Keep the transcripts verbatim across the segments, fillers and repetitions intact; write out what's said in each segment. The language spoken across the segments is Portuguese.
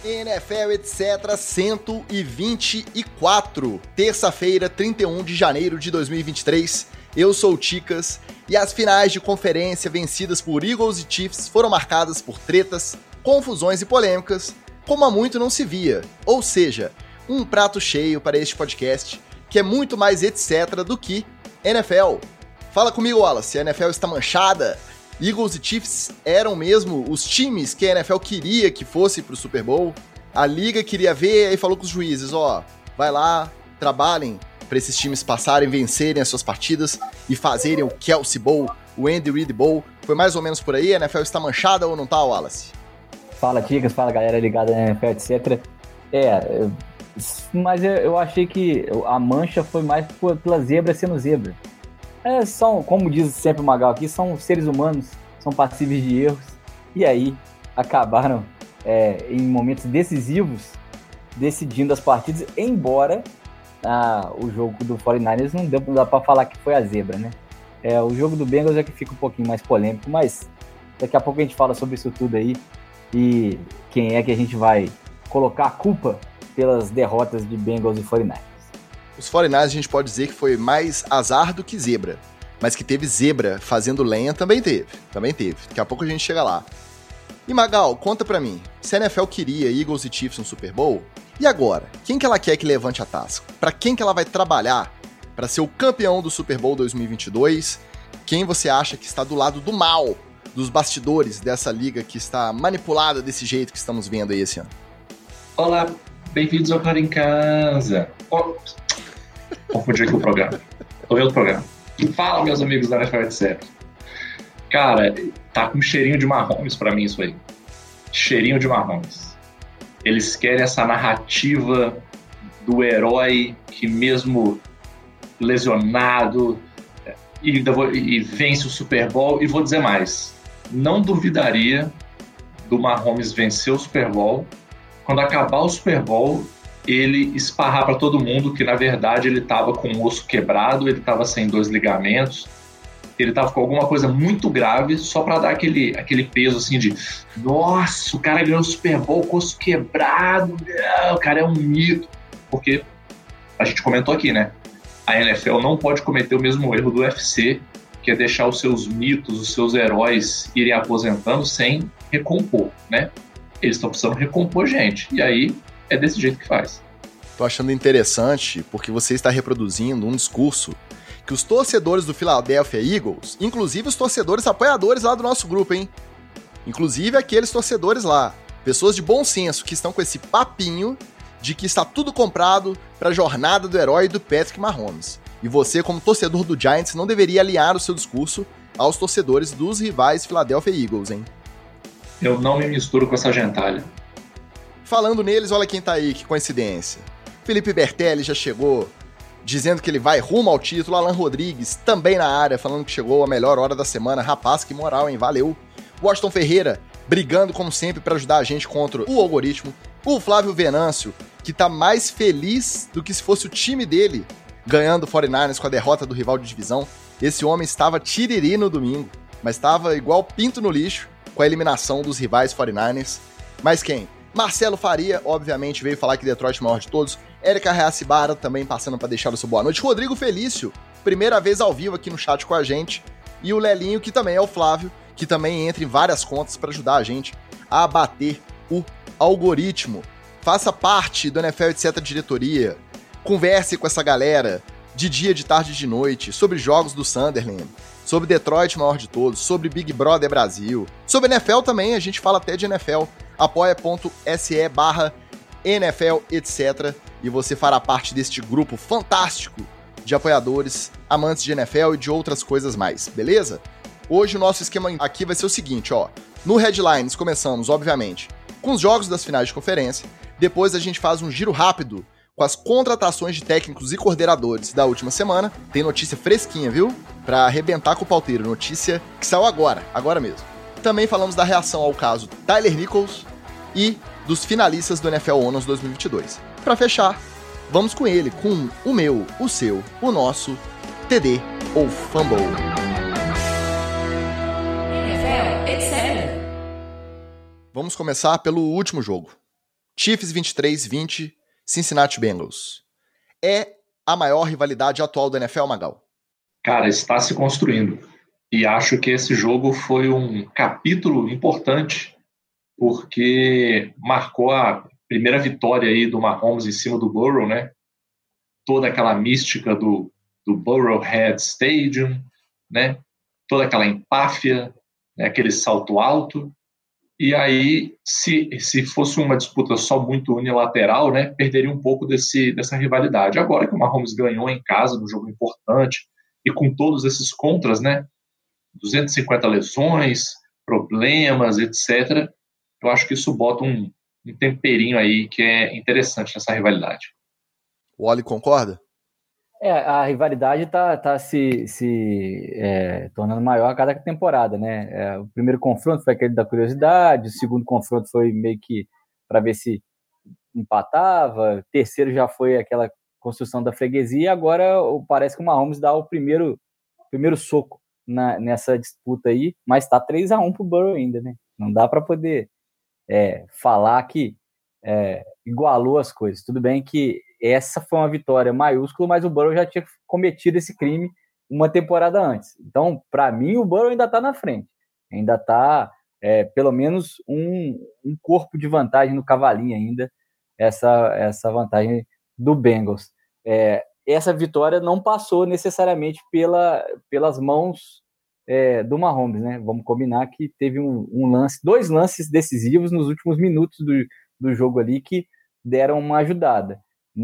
N F L, etcétera, cento e vinte e quatro, terça-feira, trinta e um de janeiro de dois mil e vinte e três. Eu sou o Ticas e as finais de conferência vencidas por Eagles e Chiefs foram marcadas por tretas, confusões e polêmicas, como há muito não se via. Ou seja, um prato cheio para este podcast, que é muito mais etcétera do que N F L. Fala comigo, Wallace, a N F L está manchada? Eagles e Chiefs eram mesmo os times que a N F L queria que fosse pro Super Bowl? A liga queria ver e falou com os juízes, ó, vai lá, trabalhem para esses times passarem, vencerem as suas partidas e fazerem o Kelsey Bowl, o Andy Reid Bowl. Foi mais ou menos por aí? A N F L está manchada ou não tá, Wallace? Fala, Ticas, fala, galera ligada na N F L, etcétera. É, mas eu achei que a mancha foi mais pela zebra sendo zebra. É, são, como diz sempre o Magal aqui, são seres humanos, são passíveis de erros, e aí acabaram é, em momentos decisivos decidindo as partidas, embora ah, o jogo do quarenta e nove ers não, deu, não dá pra falar que foi a zebra, né? É, o jogo do Bengals é que fica um pouquinho mais polêmico, mas daqui a pouco a gente fala sobre isso tudo aí, e quem é que a gente vai colocar a culpa pelas derrotas de Bengals e quarenta e nove ers. Os quarenta e nove ers a gente pode dizer que foi mais azar do que zebra, mas que teve zebra fazendo lenha também teve, também teve. Daqui a pouco a gente chega lá. E Magal, conta pra mim, se a N F L queria Eagles e Chiefs no Super Bowl, e agora? Quem que ela quer que levante a taça? Pra quem que ela vai trabalhar pra ser o campeão do Super Bowl dois mil e vinte e dois? Quem você acha que está do lado do mal, dos bastidores dessa liga que está manipulada desse jeito que estamos vendo aí esse ano? Olá, bem-vindos ao Cara em Casa. Oh. Confundi aqui o programa. Tô vendo o programa. Fala, meus amigos da N F L, etcétera. Cara, tá com um cheirinho de Mahomes pra mim isso aí. Cheirinho de Mahomes. Eles querem essa narrativa do herói que mesmo lesionado e, e vence o Super Bowl. E vou dizer mais, não duvidaria do Mahomes vencer o Super Bowl. Quando acabar o Super Bowl, ele esparrar para todo mundo que, na verdade, ele estava com o osso quebrado, ele estava sem dois ligamentos, ele estava com alguma coisa muito grave, só para dar aquele, aquele peso assim de nossa, o cara ganhou o Super Bowl com o osso quebrado, o cara é um mito. Porque a gente comentou aqui, né? A N F L não pode cometer o mesmo erro do U F C, que é deixar os seus mitos, os seus heróis irem aposentando sem recompor, né? Eles estão precisando recompor gente, e aí é desse jeito que faz. Tô achando interessante porque você está reproduzindo um discurso que os torcedores do Philadelphia Eagles, inclusive os torcedores apoiadores lá do nosso grupo, hein? Inclusive aqueles torcedores lá, pessoas de bom senso que estão com esse papinho de que está tudo comprado para a jornada do herói do Patrick Mahomes. E você, como torcedor do Giants, não deveria alinhar o seu discurso aos torcedores dos rivais Philadelphia Eagles, hein? Eu não me misturo com essa gentalha. Falando neles, olha quem tá aí, que coincidência. Felipe Bertelli já chegou, dizendo que ele vai rumo ao título. Alan Rodrigues, também na área, falando que chegou a melhor hora da semana. Rapaz, que moral, hein? Valeu. Washington Ferreira, brigando como sempre para ajudar a gente contra o algoritmo. O Flávio Venâncio, que tá mais feliz do que se fosse o time dele ganhando o quarenta e nove ers com a derrota do rival de divisão. Esse homem estava tiriri no domingo, mas estava igual pinto no lixo com a eliminação dos rivais quarenta e nove ers. Mas quem? Marcelo Faria, obviamente, veio falar que Detroit é o maior de todos. Érica Reacibara também passando para deixar o seu boa noite. Rodrigo Felício, primeira vez ao vivo aqui no chat com a gente. E o Lelinho, que também é o Flávio, que também entra em várias contas para ajudar a gente a bater o algoritmo. Faça parte do N F L, etcétera diretoria. Converse com essa galera de dia, de tarde e de noite sobre jogos do Sunderland, sobre Detroit, maior de todos, sobre Big Brother Brasil, sobre N F L também, a gente fala até de N F L, apoia.se barra NFL, etcétera. E você fará parte deste grupo fantástico de apoiadores, amantes de N F L e de outras coisas mais, beleza? Hoje o nosso esquema aqui vai ser o seguinte, ó. No Headlines começamos, obviamente, com os jogos das finais de conferência, depois a gente faz um giro rápido com as contratações de técnicos e coordenadores da última semana. Tem notícia fresquinha, viu? Pra arrebentar com o pauteiro, notícia que saiu agora, agora mesmo. Também falamos da reação ao caso Tyler Nichols e dos finalistas do N F L Honors dois mil e vinte e dois. Pra fechar, vamos com ele, com o meu, o seu, o nosso T D ou Fumble. Vamos começar pelo último jogo. Chiefs vinte e três a vinte, Cincinnati Bengals. É a maior rivalidade atual da N F L, Magal? Cara, está se construindo. E acho que esse jogo foi um capítulo importante, porque marcou a primeira vitória aí do Mahomes em cima do Burrow, né? Toda aquela mística do, do Burrowhead Stadium, né? Toda aquela empáfia, né? Aquele salto alto. E aí, se, se fosse uma disputa só muito unilateral, né, perderia um pouco desse, dessa rivalidade. Agora que o Mahomes ganhou em casa, num jogo importante, e com todos esses contras, né, duzentas e cinquenta lesões, problemas, etcétera, eu acho que isso bota um, um temperinho aí que é interessante nessa rivalidade. O Oli concorda? É, a rivalidade tá, tá se, se é, tornando maior a cada temporada, né? É, o primeiro confronto foi aquele da curiosidade, o segundo confronto foi meio que para ver se empatava, o terceiro já foi aquela construção da freguesia, e agora parece que o Mahomes dá o primeiro, primeiro soco na, nessa disputa aí, mas tá três a um pro Burrow ainda, né? Não dá para poder é, falar que é, igualou as coisas. Tudo bem que essa foi uma vitória maiúscula, mas o Burrow já tinha cometido esse crime uma temporada antes. Então, para mim, o Burrow ainda está na frente. Ainda está, é, pelo menos, um, um corpo de vantagem no cavalinho ainda, essa, essa vantagem do Bengals. É, essa vitória não passou necessariamente pela, pelas mãos é, do Mahomes, né? Vamos combinar que teve um, um lance, dois lances decisivos nos últimos minutos do, do jogo ali que deram uma ajudada.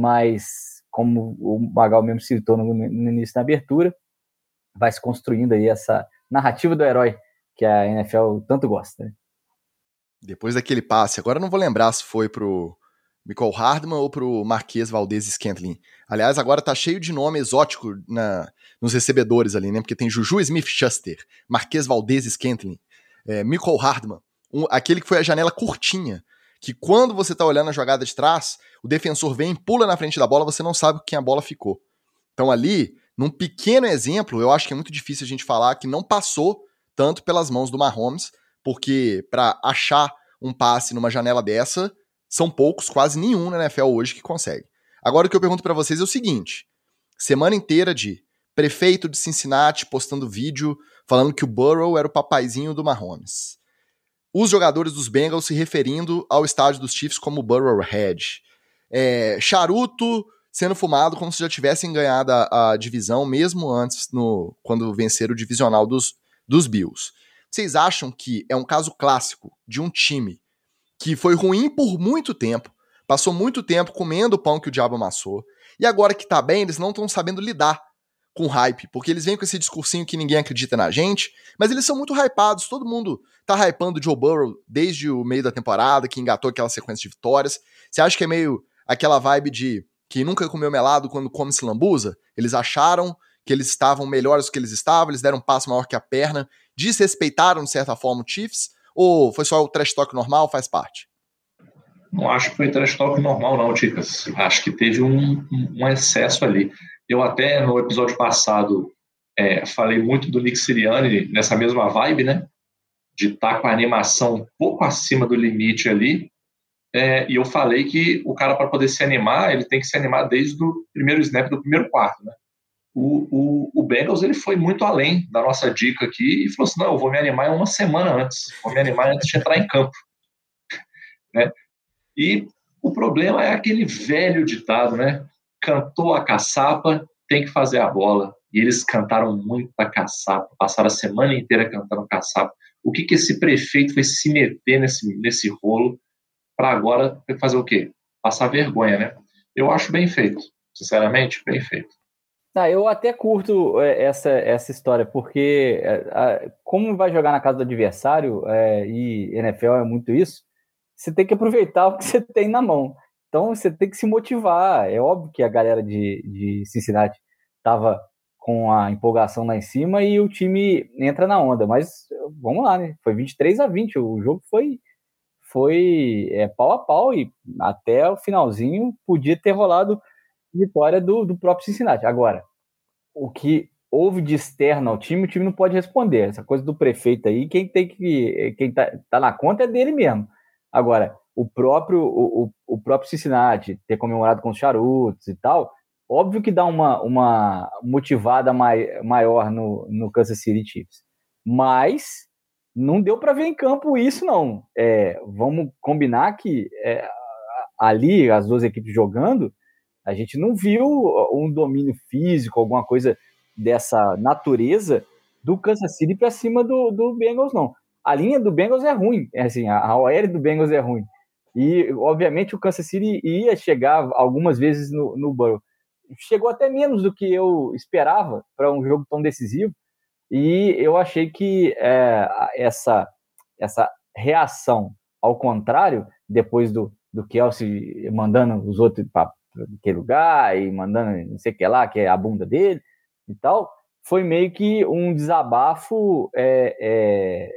Mas, como o Magal mesmo citou no, no início da abertura, vai se construindo aí essa narrativa do herói que a N F L tanto gosta. Né? Depois daquele passe, agora eu não vou lembrar se foi pro Mecole Hardman ou pro Marquez Valdes-Scantling. Aliás, agora tá cheio de nome exótico na, nos recebedores ali, né? Porque tem Juju Smith-Schuster, Marquez Valdes-Scantling, é, Mecole Hardman, um, aquele que foi a janela curtinha, que quando você tá olhando a jogada de trás, o defensor vem, pula na frente da bola, você não sabe quem a bola ficou. Então ali, num pequeno exemplo, eu acho que é muito difícil a gente falar que não passou tanto pelas mãos do Mahomes, porque para achar um passe numa janela dessa, são poucos, quase nenhum na N F L hoje que consegue. Agora o que eu pergunto para vocês é o seguinte, semana inteira de prefeito de Cincinnati postando vídeo falando que o Burrow era o papaizinho do Mahomes. Os jogadores dos Bengals se referindo ao estádio dos Chiefs como Burrowhead. É, charuto sendo fumado como se já tivessem ganhado a, a divisão, mesmo antes, no, quando venceram o divisional dos, dos Bills. Vocês acham que é um caso clássico de um time que foi ruim por muito tempo, passou muito tempo comendo o pão que o diabo amassou, e agora que tá bem, eles não estão sabendo lidar com hype, porque eles vêm com esse discursinho que ninguém acredita na gente, mas eles são muito hypados, todo mundo tá hypando o Joe Burrow desde o meio da temporada, que engatou aquela sequência de vitórias. Você acha que é meio aquela vibe de que nunca comeu melado quando come se lambuza? Eles acharam que eles estavam melhores do que eles estavam, eles deram um passo maior que a perna, desrespeitaram de certa forma o Chiefs, ou foi só o trash talk normal, faz parte? Não acho que foi trash talk normal não, Ticas. Acho que teve um, um excesso ali. Eu até no episódio passado é, falei muito do Nick Sirianni nessa mesma vibe, né? De estar tá com a animação um pouco acima do limite ali. É, e eu falei que o cara, para poder se animar, ele tem que se animar desde o primeiro snap do primeiro quarto, né? O, o, o Bengals ele foi muito além da nossa dica aqui e falou assim, não, eu vou me animar uma semana antes, vou me animar antes de entrar em campo. Né? E o problema é aquele velho ditado, né? Cantou a caçapa, tem que fazer a bola. E eles cantaram muito a caçapa, passaram a semana inteira cantando caçapa. O que, que esse prefeito foi se meter nesse, nesse rolo para agora fazer o quê? Passar vergonha, né? Eu acho bem feito, sinceramente, bem feito. Ah, eu até curto essa, essa história, porque é, como vai jogar na casa do adversário, é, e N F L é muito isso, você tem que aproveitar o que você tem na mão. Então você tem que se motivar. É óbvio que a galera de, de Cincinnati estava com a empolgação lá em cima e o time entra na onda, mas vamos lá, né? Foi vinte e três a vinte, o jogo foi, foi é, pau a pau e até o finalzinho podia ter rolado vitória do, do próprio Cincinnati. Agora, o que houve de externo ao time, o time não pode responder. Essa coisa do prefeito aí, quem tem que. Quem tá, tá na conta é dele mesmo. Agora, o próprio, o, o, o próprio Cincinnati ter comemorado com os charutos e tal, óbvio que dá uma, uma motivada mai, maior no, no Kansas City Chiefs. Mas não deu para ver em campo isso, não. É, vamos combinar que é, ali, as duas equipes jogando, a gente não viu um domínio físico, alguma coisa dessa natureza do Kansas City para cima do, do Bengals, não. A linha do Bengals é ruim, é assim, a, a O L do Bengals é ruim. E, obviamente, o Kansas City ia chegar algumas vezes no, no Burrow. Chegou até menos do que eu esperava para um jogo tão decisivo. E eu achei que é, essa, essa reação, ao contrário, depois do, do Kelce mandando os outros para aquele lugar e mandando não sei o que lá, que é a bunda dele e tal, foi meio que um desabafo é, é,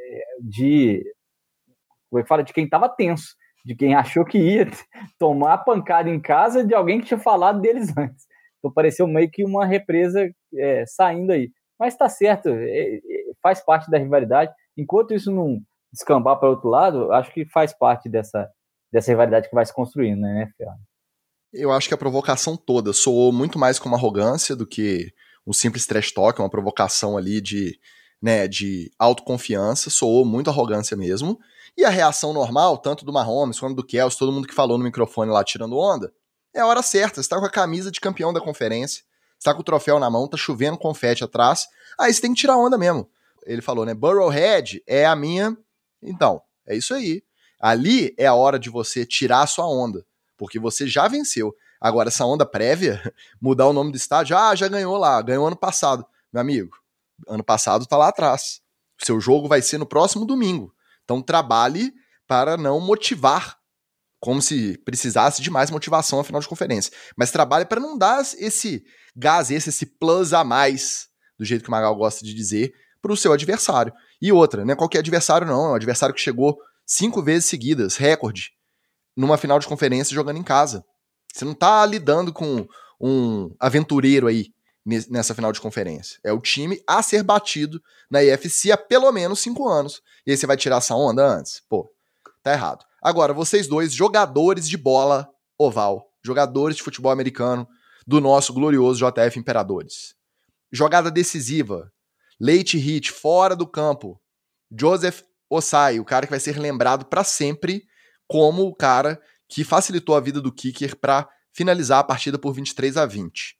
de, como é que fala, de quem estava tenso, de quem achou que ia tomar pancada em casa de alguém que tinha falado deles antes. Então pareceu meio que uma represa é, saindo aí. Mas tá certo, é, é, faz parte da rivalidade. Enquanto isso não descambar para outro lado, acho que faz parte dessa, dessa rivalidade que vai se construindo, né, F A? Eu acho que a provocação toda soou muito mais como arrogância do que um simples trash talk, uma provocação ali de, né, de autoconfiança, soou muito arrogância mesmo. E a reação normal, tanto do Mahomes quanto do Kelce, todo mundo que falou no microfone lá tirando onda, é a hora certa, você tá com a camisa de campeão da conferência, você tá com o troféu na mão, tá chovendo confete atrás, aí você tem que tirar onda mesmo. Ele falou, né, Burrowhead é a minha... Então, é isso aí. Ali é a hora de você tirar a sua onda, porque você já venceu. Agora, essa onda prévia, mudar o nome do estádio, ah, já ganhou lá, ganhou ano passado. Meu amigo, ano passado tá lá atrás. O seu jogo vai ser no próximo domingo. Então trabalhe para não motivar, como se precisasse de mais motivação na final de conferência. Mas trabalhe para não dar esse gás, esse, esse plus a mais, do jeito que o Magal gosta de dizer, para o seu adversário. E outra, não é qualquer adversário não, é um adversário que chegou cinco vezes seguidas, recorde, numa final de conferência jogando em casa. Você não tá lidando com um aventureiro aí nessa final de conferência. É o time a ser batido na A F C há pelo menos cinco anos. E aí você vai tirar essa onda antes? Pô, tá errado. Agora, vocês dois, jogadores de bola oval, jogadores de futebol americano do nosso glorioso J F Imperadores. Jogada decisiva, late hit, fora do campo. Joseph Ossai, o cara que vai ser lembrado para sempre como o cara que facilitou a vida do kicker para finalizar a partida por vinte e três a vinte.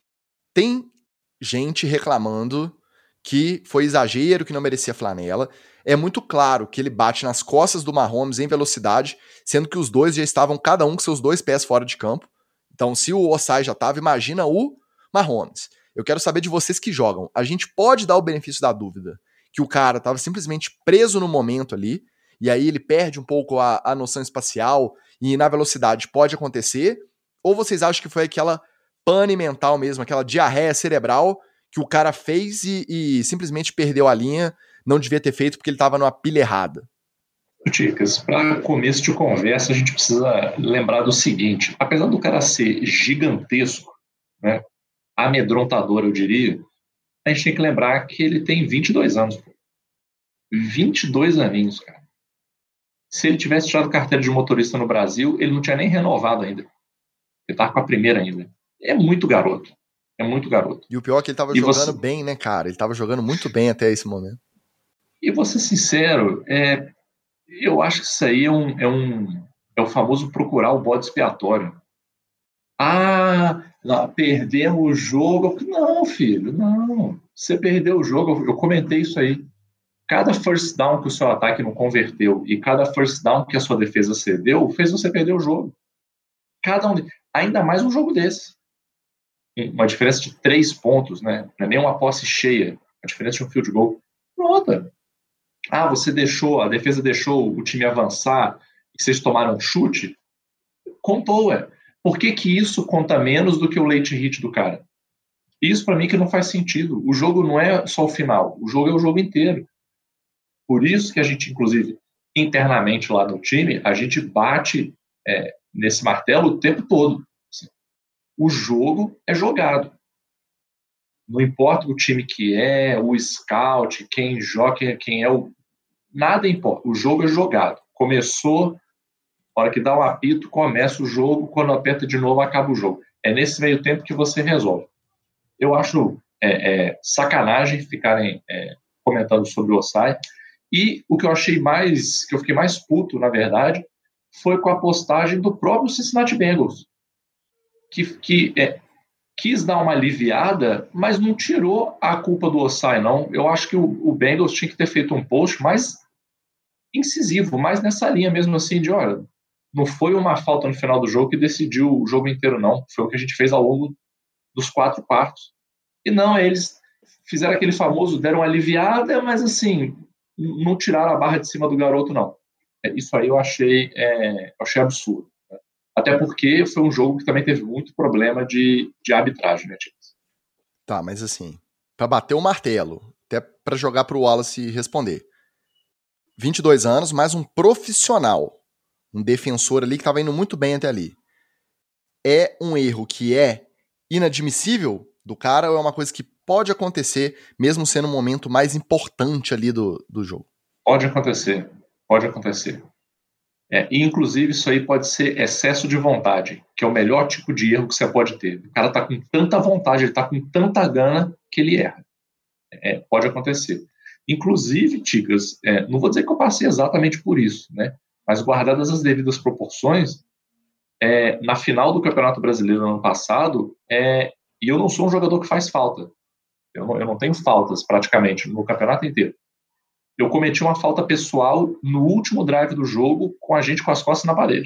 Tem gente reclamando que foi exagero, que não merecia flanela. É muito claro que ele bate nas costas do Mahomes em velocidade, sendo que os dois já estavam cada um com seus dois pés fora de campo. Então, se o Ossai já estava, imagina o Mahomes. Eu quero saber de vocês que jogam. A gente pode dar o benefício da dúvida que o cara estava simplesmente preso no momento ali, e aí ele perde um pouco a, a noção espacial, e na velocidade pode acontecer, ou vocês acham que foi aquela pane mental mesmo, aquela diarreia cerebral que o cara fez e, e simplesmente perdeu a linha, não devia ter feito porque ele estava numa pilha errada? Ticas, para começo de conversa, a gente precisa lembrar do seguinte: apesar do cara ser gigantesco, né, amedrontador, eu diria, a gente tem que lembrar que ele tem vinte e dois anos. vinte e dois aninhos, cara. Se ele tivesse tirado carteira de motorista no Brasil, ele não tinha nem renovado ainda. Ele tava com a primeira ainda. É muito garoto. É muito garoto. E o pior é que ele tava e jogando você... bem, né, cara? Ele tava jogando muito bem até esse momento. E vou ser sincero, é... eu acho que isso aí é um, é um é o famoso procurar o bode expiatório. Ah, não, perdemos o jogo. Não, filho, não. Você perdeu o jogo, eu comentei isso aí. Cada first down que o seu ataque não converteu e cada first down que a sua defesa cedeu fez você perder o jogo. Cada um, ainda mais um jogo desse. Uma diferença de três pontos, né? Não é nem uma posse cheia, a diferença de um field goal. Pronto. Ah, você deixou, a defesa deixou o time avançar e vocês tomaram um chute? Contou, ué. Por que que isso conta menos do que o late hit do cara? Isso para mim que não faz sentido. O jogo não é só o final, o jogo é o jogo inteiro. Por isso que a gente, inclusive, internamente lá no time, a gente bate é, nesse martelo o tempo todo. O jogo é jogado. Não importa o time que é, o scout, quem joga, quem é o... Nada importa. O jogo é jogado. Começou A hora que dá um apito, começa o jogo, quando aperta de novo, acaba o jogo. É nesse meio tempo que você resolve. Eu acho é, é, sacanagem ficarem é, comentando sobre o Ossai. E o que eu achei mais, que eu fiquei mais puto, na verdade, foi com a postagem do próprio Cincinnati Bengals, que, que é, quis dar uma aliviada, mas não tirou a culpa do Ossai, não. Eu acho que o, o Bengals tinha que ter feito um post mais incisivo, mais nessa linha mesmo assim, de olha, não foi uma falta no final do jogo que decidiu o jogo inteiro, não. Foi o que a gente fez ao longo dos quatro quartos. E não, eles fizeram aquele famoso, deram uma aliviada, mas assim, não tiraram a barra de cima do garoto, não. Isso aí eu achei, é, eu achei absurdo. Né? Até porque foi um jogo que também teve muito problema de, de arbitragem, né, Times? Tá, mas assim, pra bater o martelo, até pra jogar pro Wallace responder. vinte e dois anos, mais um profissional, um defensor ali que tava indo muito bem até ali. É um erro que é inadmissível do cara ou é uma coisa que pode acontecer, mesmo sendo um momento mais importante ali do, do jogo? Pode acontecer, pode acontecer. É, e, inclusive, isso aí pode ser excesso de vontade, que é o melhor tipo de erro que você pode ter. O cara tá com tanta vontade, ele tá com tanta gana que ele erra. É, pode acontecer. Inclusive, Ticas, é, não vou dizer que eu passei exatamente por isso, né? Mas guardadas as devidas proporções, é, na final do Campeonato Brasileiro no ano passado, é, e eu não sou um jogador que faz falta. Eu não, eu não tenho faltas, praticamente, no campeonato inteiro. Eu cometi uma falta pessoal no último drive do jogo com a gente com as costas na parede.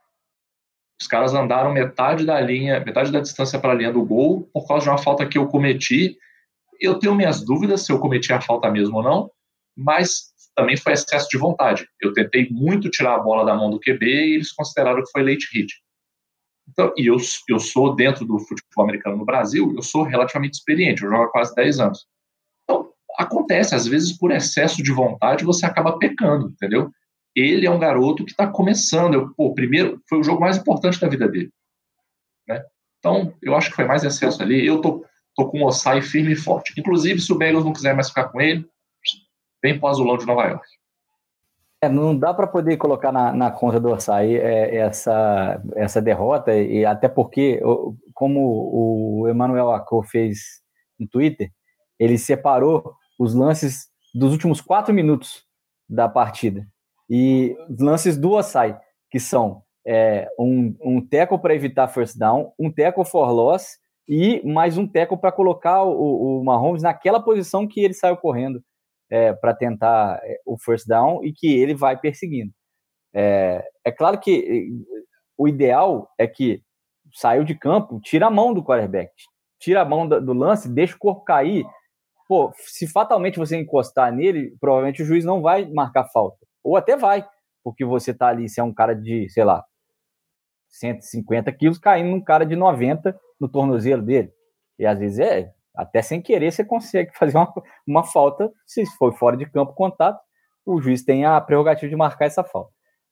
Os caras andaram metade da linha, metade da distância para a linha do gol por causa de uma falta que eu cometi. Eu tenho minhas dúvidas se eu cometi a falta mesmo ou não, mas também foi excesso de vontade. Eu tentei muito tirar a bola da mão do Q B e eles consideraram que foi late hit. Então, e eu, eu sou, dentro do futebol americano no Brasil, eu sou relativamente experiente, eu jogo há quase dez anos. Então, acontece, às vezes, por excesso de vontade, você acaba pecando, entendeu? Ele é um garoto que está começando. Eu, pô, primeiro, foi o jogo mais importante da vida dele. Né? Então, eu acho que foi mais excesso ali. Eu tô, tô com o Ossai firme e forte. Inclusive, se o Bengals não quiser mais ficar com ele, vem pro Azulão de Nova York. É, não dá para poder colocar na, na conta do Ossai é, essa, essa derrota, e até porque, como o Emmanuel Acor fez no Twitter, ele separou os lances dos últimos quatro minutos da partida e os lances do Ossai, que são é, um, um tackle para evitar first down, um tackle for loss e mais um tackle para colocar o, o Mahomes naquela posição que ele saiu correndo é, para tentar o first down e que ele vai perseguindo. É, é claro que o ideal é que saiu de campo, tira a mão do quarterback, tira a mão do, do lance, deixa o corpo cair. Pô, se fatalmente você encostar nele, provavelmente o juiz não vai marcar falta. Ou até vai, porque você tá ali, se é um cara de, sei lá, cento e cinquenta quilos, caindo num cara de noventa no tornozelo dele. E às vezes é, até sem querer você consegue fazer uma, uma falta, se for fora de campo contato, o juiz tem a prerrogativa de marcar essa falta.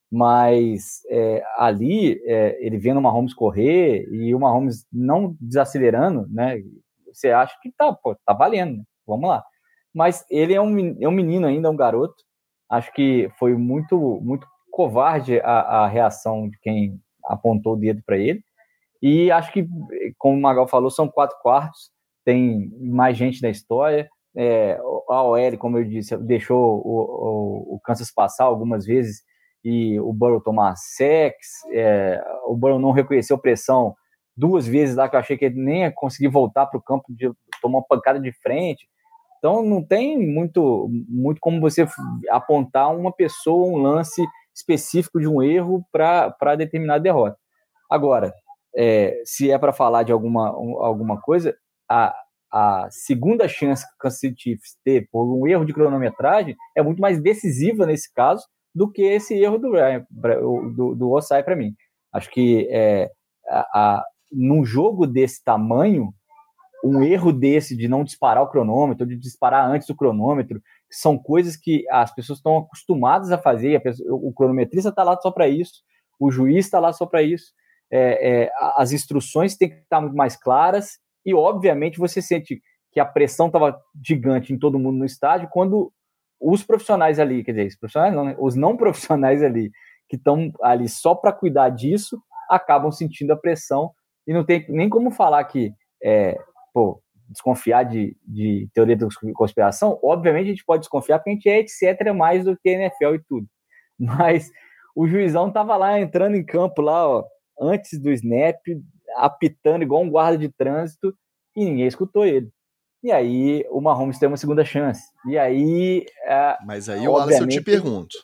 Mas é, ali, é, ele vendo o Mahomes correr e o Mahomes não desacelerando, né? Você acha que tá, pô, tá valendo, né? Vamos lá. Mas ele é um, é um menino ainda, um garoto. Acho que foi muito, muito covarde a, a reação de quem apontou o dedo para ele. E acho que, como o Magal falou, são quatro quartos, tem mais gente na história. É, a O L, como eu disse, deixou o, o, o Kansas passar algumas vezes e o Burrow tomar sacks. É, o Burrow não reconheceu pressão duas vezes lá, que eu achei que ele nem ia conseguir voltar para o campo, de tomar uma pancada de frente. Então não tem muito, muito como você apontar uma pessoa, um lance específico de um erro para determinar a derrota. Agora, é, se é para falar de alguma, alguma coisa, a, a segunda chance que o Kansas City Chiefs teve por um erro de cronometragem é muito mais decisiva nesse caso do que esse erro do, do, do Ossai para mim. Acho que é, a, a, num jogo desse tamanho, um erro desse de não disparar o cronômetro, de disparar antes do cronômetro, são coisas que as pessoas estão acostumadas a fazer, a pessoa, o cronometrista está lá só para isso, o juiz está lá só para isso, é, é, as instruções têm que estar muito mais claras e, obviamente, você sente que a pressão estava gigante em todo mundo no estádio quando os profissionais ali, quer dizer, os profissionais não, né? Os não profissionais ali, que estão ali só para cuidar disso acabam sentindo a pressão e não tem nem como falar que, é, pô, desconfiar de, de teoria da conspiração. Obviamente a gente pode desconfiar porque a gente é etc mais do que N F L e tudo, mas o juizão tava lá entrando em campo lá, ó, antes do snap, apitando igual um guarda de trânsito e ninguém escutou ele. E aí o Mahomes tem uma segunda chance. E aí... É, mas aí, o Wallace, eu te pergunto,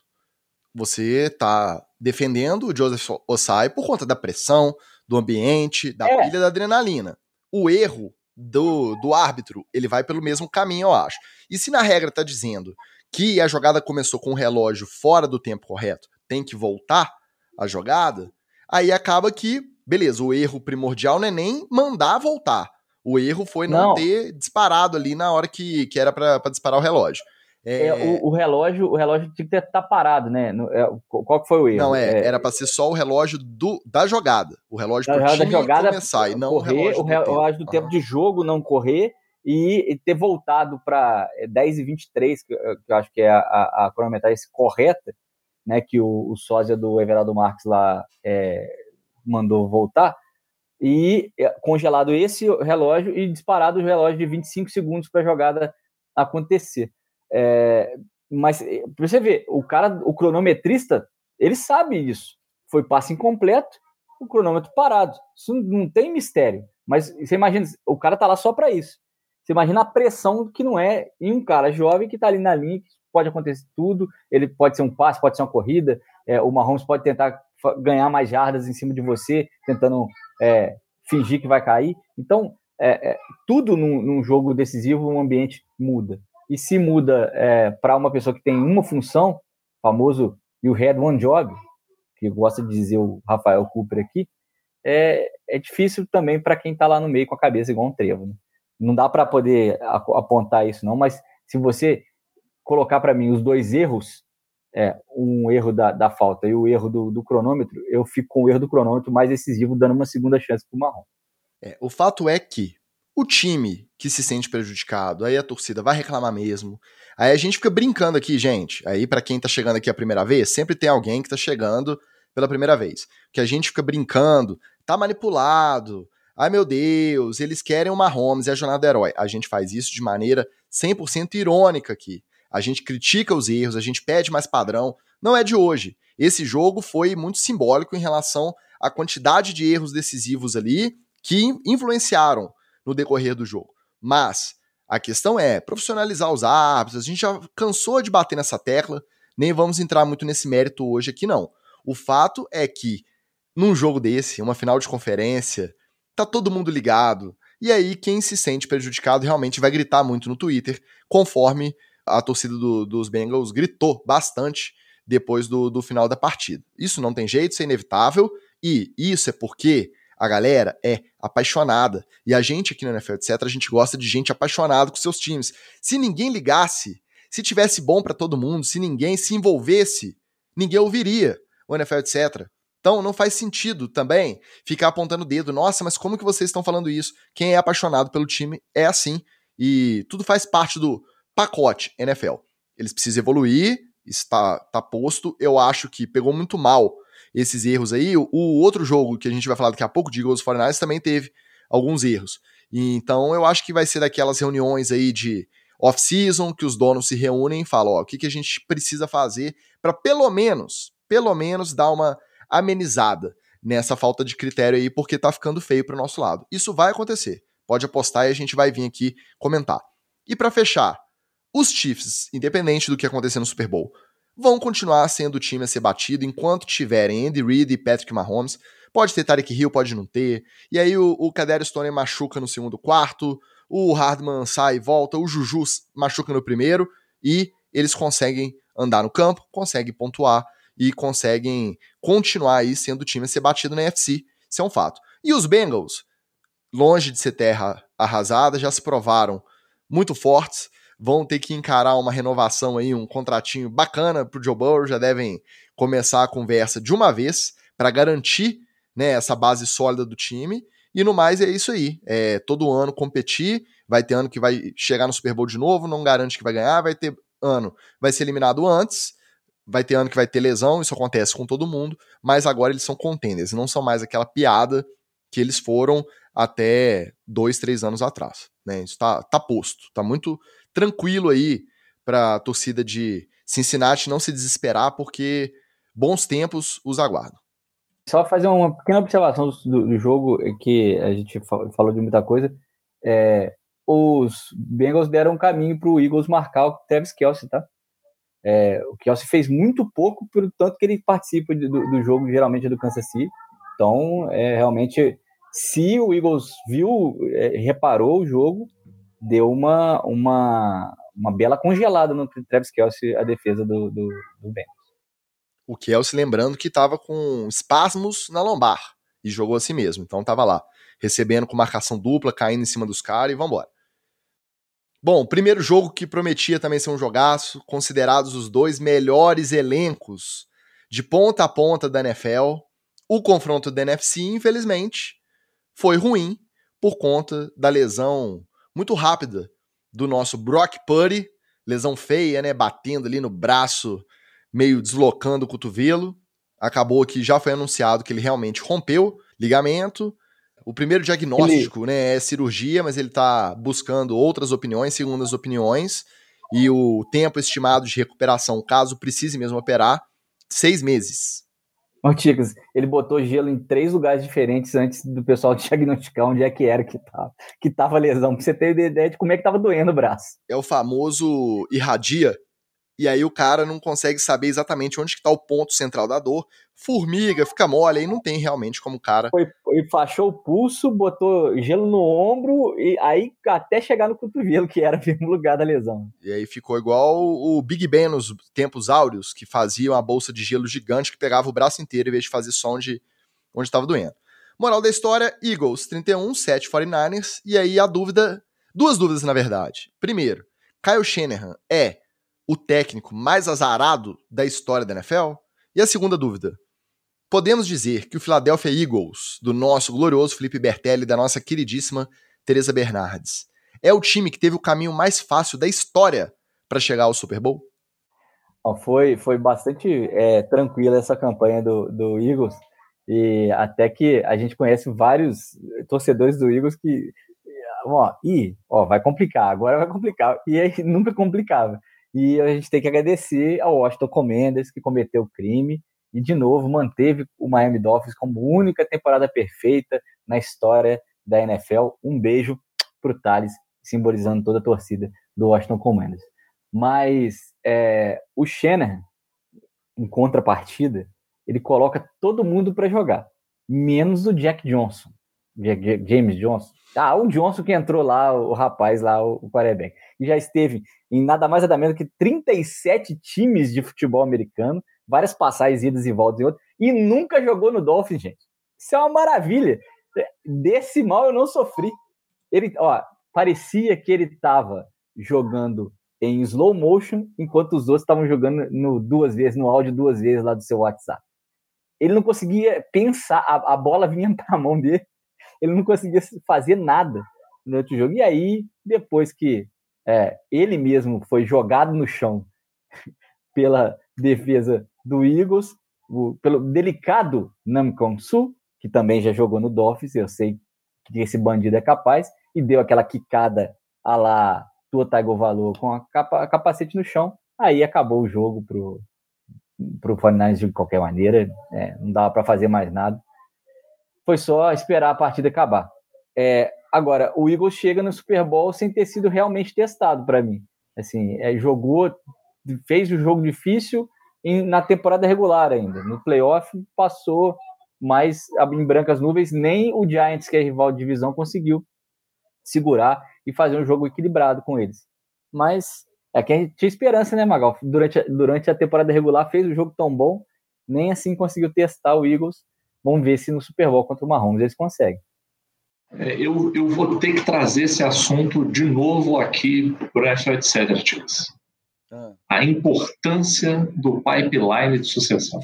você tá defendendo o Joseph Ossai por conta da pressão, do ambiente, da é. pilha da adrenalina. O erro do, do árbitro, ele vai pelo mesmo caminho, eu acho. E se na regra tá dizendo que a jogada começou com o relógio fora do tempo correto, tem que voltar a jogada, aí acaba que, beleza, o erro primordial não é nem mandar voltar. O erro foi não, não. ter disparado ali na hora que, que era pra, pra disparar o relógio. É... É, o, o relógio o relógio tinha que estar tá parado, né? No, é, qual que foi o erro? Não, é, é... era pra ser só o relógio do, da jogada. O relógio da, pro time da jogada começar, e não correr, o relógio o do relógio tempo. O relógio do uhum. tempo de jogo não correr e, e ter voltado para dez e vinte e três, que, que eu acho que é a, a, a cronometragem correta, né? Que o, o sósia do Everaldo Marques lá é, mandou voltar. E congelado esse relógio e disparado o relógio de vinte e cinco segundos para a jogada acontecer. É, mas pra você ver, o cara, o cronometrista, ele sabe isso. Foi passe incompleto, o cronômetro parado. Isso não tem mistério. Mas você imagina, o cara tá lá só para isso. Você imagina a pressão que não é em um cara jovem que tá ali na linha, que pode acontecer tudo. Ele pode ser um passe, pode ser uma corrida. É, o Mahomes pode tentar ganhar mais jardas em cima de você, tentando é, fingir que vai cair. Então, é, é, tudo num, num jogo decisivo, o ambiente muda. E se muda é, para uma pessoa que tem uma função, famoso you had one job, que gosta de dizer o Rafael Cooper aqui, é, é difícil também para quem está lá no meio com a cabeça igual um trevo. Né? Não dá para poder apontar isso não, mas se você colocar para mim os dois erros, é, um erro da, da falta e o erro do, do cronômetro, eu fico com o erro do cronômetro mais decisivo, dando uma segunda chance para o Mahomes. É, o fato é que o time que se sente prejudicado, aí a torcida vai reclamar mesmo. Aí a gente fica brincando aqui, gente. Aí para quem tá chegando aqui a primeira vez, sempre tem alguém que tá chegando pela primeira vez. Que a gente fica brincando, tá manipulado. Ai meu Deus, eles querem o Mahomes e a jornada do herói. A gente faz isso de maneira cem por cento irônica aqui. A gente critica os erros, a gente pede mais padrão. Não é de hoje. Esse jogo foi muito simbólico em relação à quantidade de erros decisivos ali que influenciaram no decorrer do jogo. Mas a questão é profissionalizar os árbitros. A gente já cansou de bater nessa tecla, nem vamos entrar muito nesse mérito hoje aqui não. O fato é que num jogo desse, uma final de conferência, tá todo mundo ligado, e aí quem se sente prejudicado realmente vai gritar muito no Twitter, conforme a torcida do, dos Bengals gritou bastante depois do, do final da partida. Isso não tem jeito, isso é inevitável, e isso é porque a galera é apaixonada. E a gente aqui no N F L, etcétera, a gente gosta de gente apaixonada com seus times. Se ninguém ligasse, se tivesse bom pra todo mundo, se ninguém se envolvesse, ninguém ouviria o N F L, etcétera. Então não faz sentido também ficar apontando o dedo. Nossa, mas como que vocês estão falando isso? Quem é apaixonado pelo time é assim. E tudo faz parte do pacote N F L. Eles precisam evoluir, está tá posto. Eu acho que pegou muito mal esses erros aí. O, o outro jogo que a gente vai falar daqui a pouco, de Eagles quarenta e nove, também teve alguns erros. E, então eu acho que vai ser daquelas reuniões aí de off-season, que os donos se reúnem e falam, ó, o que, que a gente precisa fazer para pelo menos, pelo menos dar uma amenizada nessa falta de critério aí, porque tá ficando feio pro nosso lado. Isso vai acontecer. Pode apostar e a gente vai vir aqui comentar. E para fechar, os Chiefs, independente do que acontecer no Super Bowl, vão continuar sendo o time a ser batido enquanto tiverem Andy Reid e Patrick Mahomes. Pode ter Tyreek Hill, pode não ter. E aí o, o Kadarius Toney machuca no segundo quarto, o Hardman sai e volta, o Juju machuca no primeiro, e eles conseguem andar no campo, conseguem pontuar e conseguem continuar aí sendo o time a ser batido na A F C. Isso é um fato. E os Bengals, longe de ser terra arrasada, já se provaram muito fortes, vão ter que encarar uma renovação aí, um contratinho bacana pro Joe Burrow, já devem começar a conversa de uma vez para garantir, né, essa base sólida do time. E no mais é isso aí, é todo ano competir, vai ter ano que vai chegar no Super Bowl de novo, não garante que vai ganhar, vai ter ano, vai ser eliminado antes, vai ter ano que vai ter lesão, isso acontece com todo mundo, mas agora eles são contenders, não são mais aquela piada que eles foram até dois, três anos atrás, né? Isso tá, tá posto, tá muito tranquilo aí pra torcida de Cincinnati não se desesperar, porque bons tempos os aguardam. Só fazer uma pequena observação do, do jogo, que a gente falou de muita coisa. É, os Bengals deram um caminho pro Eagles marcar o Travis Kelce, tá? É, o Kelce fez muito pouco, pelo tanto que ele participa do, do jogo, geralmente, do Kansas City. Então, é, realmente, se o Eagles viu, é, reparou o jogo, deu uma, uma, uma bela congelada no Travis Kelce, a defesa do, do, do Bengals. O Kelce, lembrando que estava com espasmos na lombar e jogou assim mesmo. Então estava lá, recebendo com marcação dupla, caindo em cima dos caras e vambora. Bom, primeiro jogo que prometia também ser um jogaço, considerados os dois melhores elencos de ponta a ponta da N F L. O confronto da N F C, infelizmente, foi ruim por conta da lesão muito rápida do nosso Brock Purdy, lesão feia, né, batendo ali no braço, meio deslocando o cotovelo. Acabou que já foi anunciado que ele realmente rompeu ligamento. O primeiro diagnóstico, ele... né, é cirurgia, mas ele tá buscando outras opiniões, segundas opiniões, e o tempo estimado de recuperação, caso precise mesmo operar, seis meses. Ô, Ticos, ele botou gelo em três lugares diferentes antes do pessoal diagnosticar onde é que era que tava, que tava a lesão, pra você ter ideia de como é que tava doendo o braço. É o famoso irradia, e aí o cara não consegue saber exatamente onde que tá o ponto central da dor, formiga, fica mole, aí não tem realmente como o cara... Foi, foi, fachou o pulso, botou gelo no ombro, e aí até chegar no cotovelo, que era o mesmo lugar da lesão. E aí ficou igual o Big Ben nos tempos áureos, que fazia uma bolsa de gelo gigante que pegava o braço inteiro, em vez de fazer só onde onde estava doendo. Moral da história, Eagles trinta e um, sete quarenta e nove ers, e aí a dúvida, duas dúvidas na verdade. Primeiro, Kyle Shanahan é o técnico mais azarado da história da N F L? E a segunda dúvida, podemos dizer que o Philadelphia Eagles, do nosso glorioso Felipe Bertelli, da nossa queridíssima Teresa Bernardes, é o time que teve o caminho mais fácil da história para chegar ao Super Bowl? Foi, foi bastante é, tranquila essa campanha do, do Eagles, e até que a gente conhece vários torcedores do Eagles que, ó, ih, ó, vai complicar, agora vai complicar, e aí nunca complicava. E a gente tem que agradecer ao Washington Commanders, que cometeu o crime, e de novo manteve o Miami Dolphins como única temporada perfeita na história da N F L. Um beijo pro Thales, simbolizando toda a torcida do Washington Commanders. Mas é, o Shanahan, em contrapartida, ele coloca todo mundo para jogar, menos o Jack Johnson, James Johnson. Ah, o Johnson que entrou lá, o rapaz lá, o quarterback. E já esteve em nada mais nada menos que trinta e sete times de futebol americano, várias passagens, idas e voltas e outras, e nunca jogou no Dolphins, gente. Isso é uma maravilha. Desse mal eu não sofri. Ele, ó, parecia que ele estava jogando em slow motion, enquanto os outros estavam jogando no duas vezes, no áudio duas vezes lá do seu WhatsApp. Ele não conseguia pensar, a, a bola vinha pra mão dele, ele não conseguia fazer nada no outro jogo. E aí, depois que é, ele mesmo foi jogado no chão pela defesa do Eagles, o, pelo delicado Namkong Suh, que também já jogou no Dolphins, eu sei que esse bandido é capaz, e deu aquela quicada a lá Tua Tagovailoa com a, capa, a capacete no chão, aí acabou o jogo pro, pro quarenta e nove ers de qualquer maneira, é, não dava para fazer mais nada. Foi só esperar a partida acabar. É, agora, o Eagles chega no Super Bowl sem ter sido realmente testado para mim. Assim, é, jogou, fez o jogo difícil em, na temporada regular ainda. No playoff, passou mais em brancas nuvens. Nem o Giants, que é rival de divisão, conseguiu segurar e fazer um jogo equilibrado com eles. Mas é que a gente tinha esperança, né, Magal? Durante, durante a temporada regular, fez um jogo tão bom, nem assim conseguiu testar o Eagles. Vamos ver se no Super Bowl contra o Mahomes eles conseguem. É, eu, eu vou ter que trazer esse assunto de novo aqui para o N F L, etc, Ticos. Ah. A importância do pipeline de sucessão.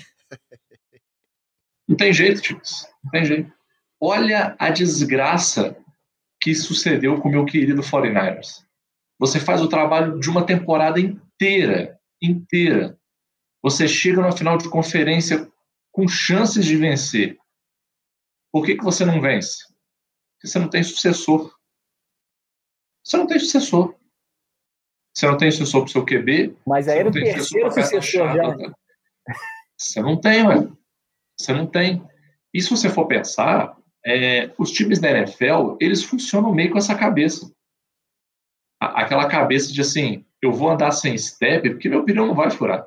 Não tem jeito, Ticos. Não tem jeito. Olha a desgraça que sucedeu com o meu querido quarenta e nove ers. Você faz o trabalho de uma temporada inteira, inteira, você chega na final de conferência com chances de vencer. Por que, que você não vence? Porque você não tem sucessor. Você não tem sucessor. Você não tem sucessor para o seu Q B. Mas aí era o terceiro sucessor já. Tá? Você não tem, ué. Você não tem. E se você for pensar, é, os times da N F L, eles funcionam meio com essa cabeça. Aquela cabeça de assim, eu vou andar sem step porque meu pneu não vai furar.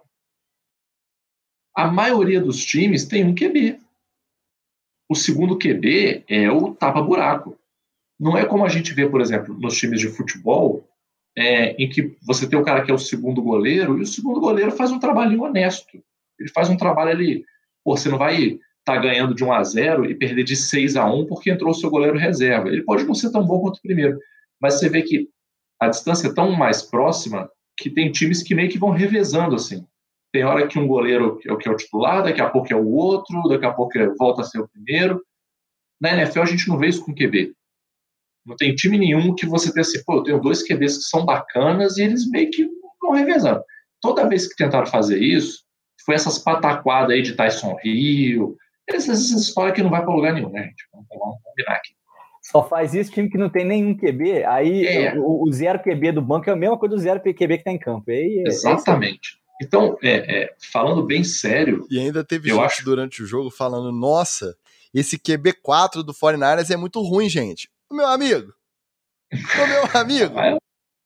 A maioria dos times tem um Q B. O segundo Q B é o tapa-buraco. Não é como a gente vê, por exemplo, nos times de futebol, é, em que você tem o cara que é o segundo goleiro, e o segundo goleiro faz um trabalhinho honesto. Ele faz um trabalho ali. Pô, você não vai estar tá ganhando de um a zero e perder de seis a um porque entrou o seu goleiro reserva. Ele pode não ser tão bom quanto o primeiro, mas você vê que a distância é tão mais próxima que tem times que meio que vão revezando assim. Tem hora que um goleiro é o que é o titular, daqui a pouco é o outro, daqui a pouco volta a ser o primeiro. Na N F L a gente não vê isso com Q B. Não tem time nenhum que você tenha assim, pô, eu tenho dois Q Bs que são bacanas e eles meio que vão revezando. Toda vez que tentaram fazer isso, foi essas pataquadas aí de Tyson Hill, essas, essas histórias que não vai para lugar nenhum, né, gente? Vamos, vamos combinar aqui. Só faz isso time que não tem nenhum Q B, aí é. o, o zero Q B do banco é a mesma coisa do zero Q B que está em campo. Aí, é, Exatamente. É então, é, é, falando bem sério... E ainda teve gente acho... durante o jogo falando, nossa, esse Q B quatro do quarenta e nine ers é muito ruim, gente. O meu amigo, o meu amigo... é,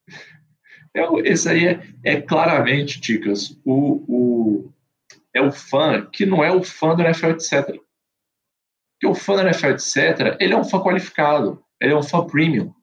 é, esse aí é, é claramente, Ticas, o, o, é o fã que não é o fã do N F L, etcétera. Porque o fã do N F L, etcétera, ele é um fã qualificado, ele é um fã premium,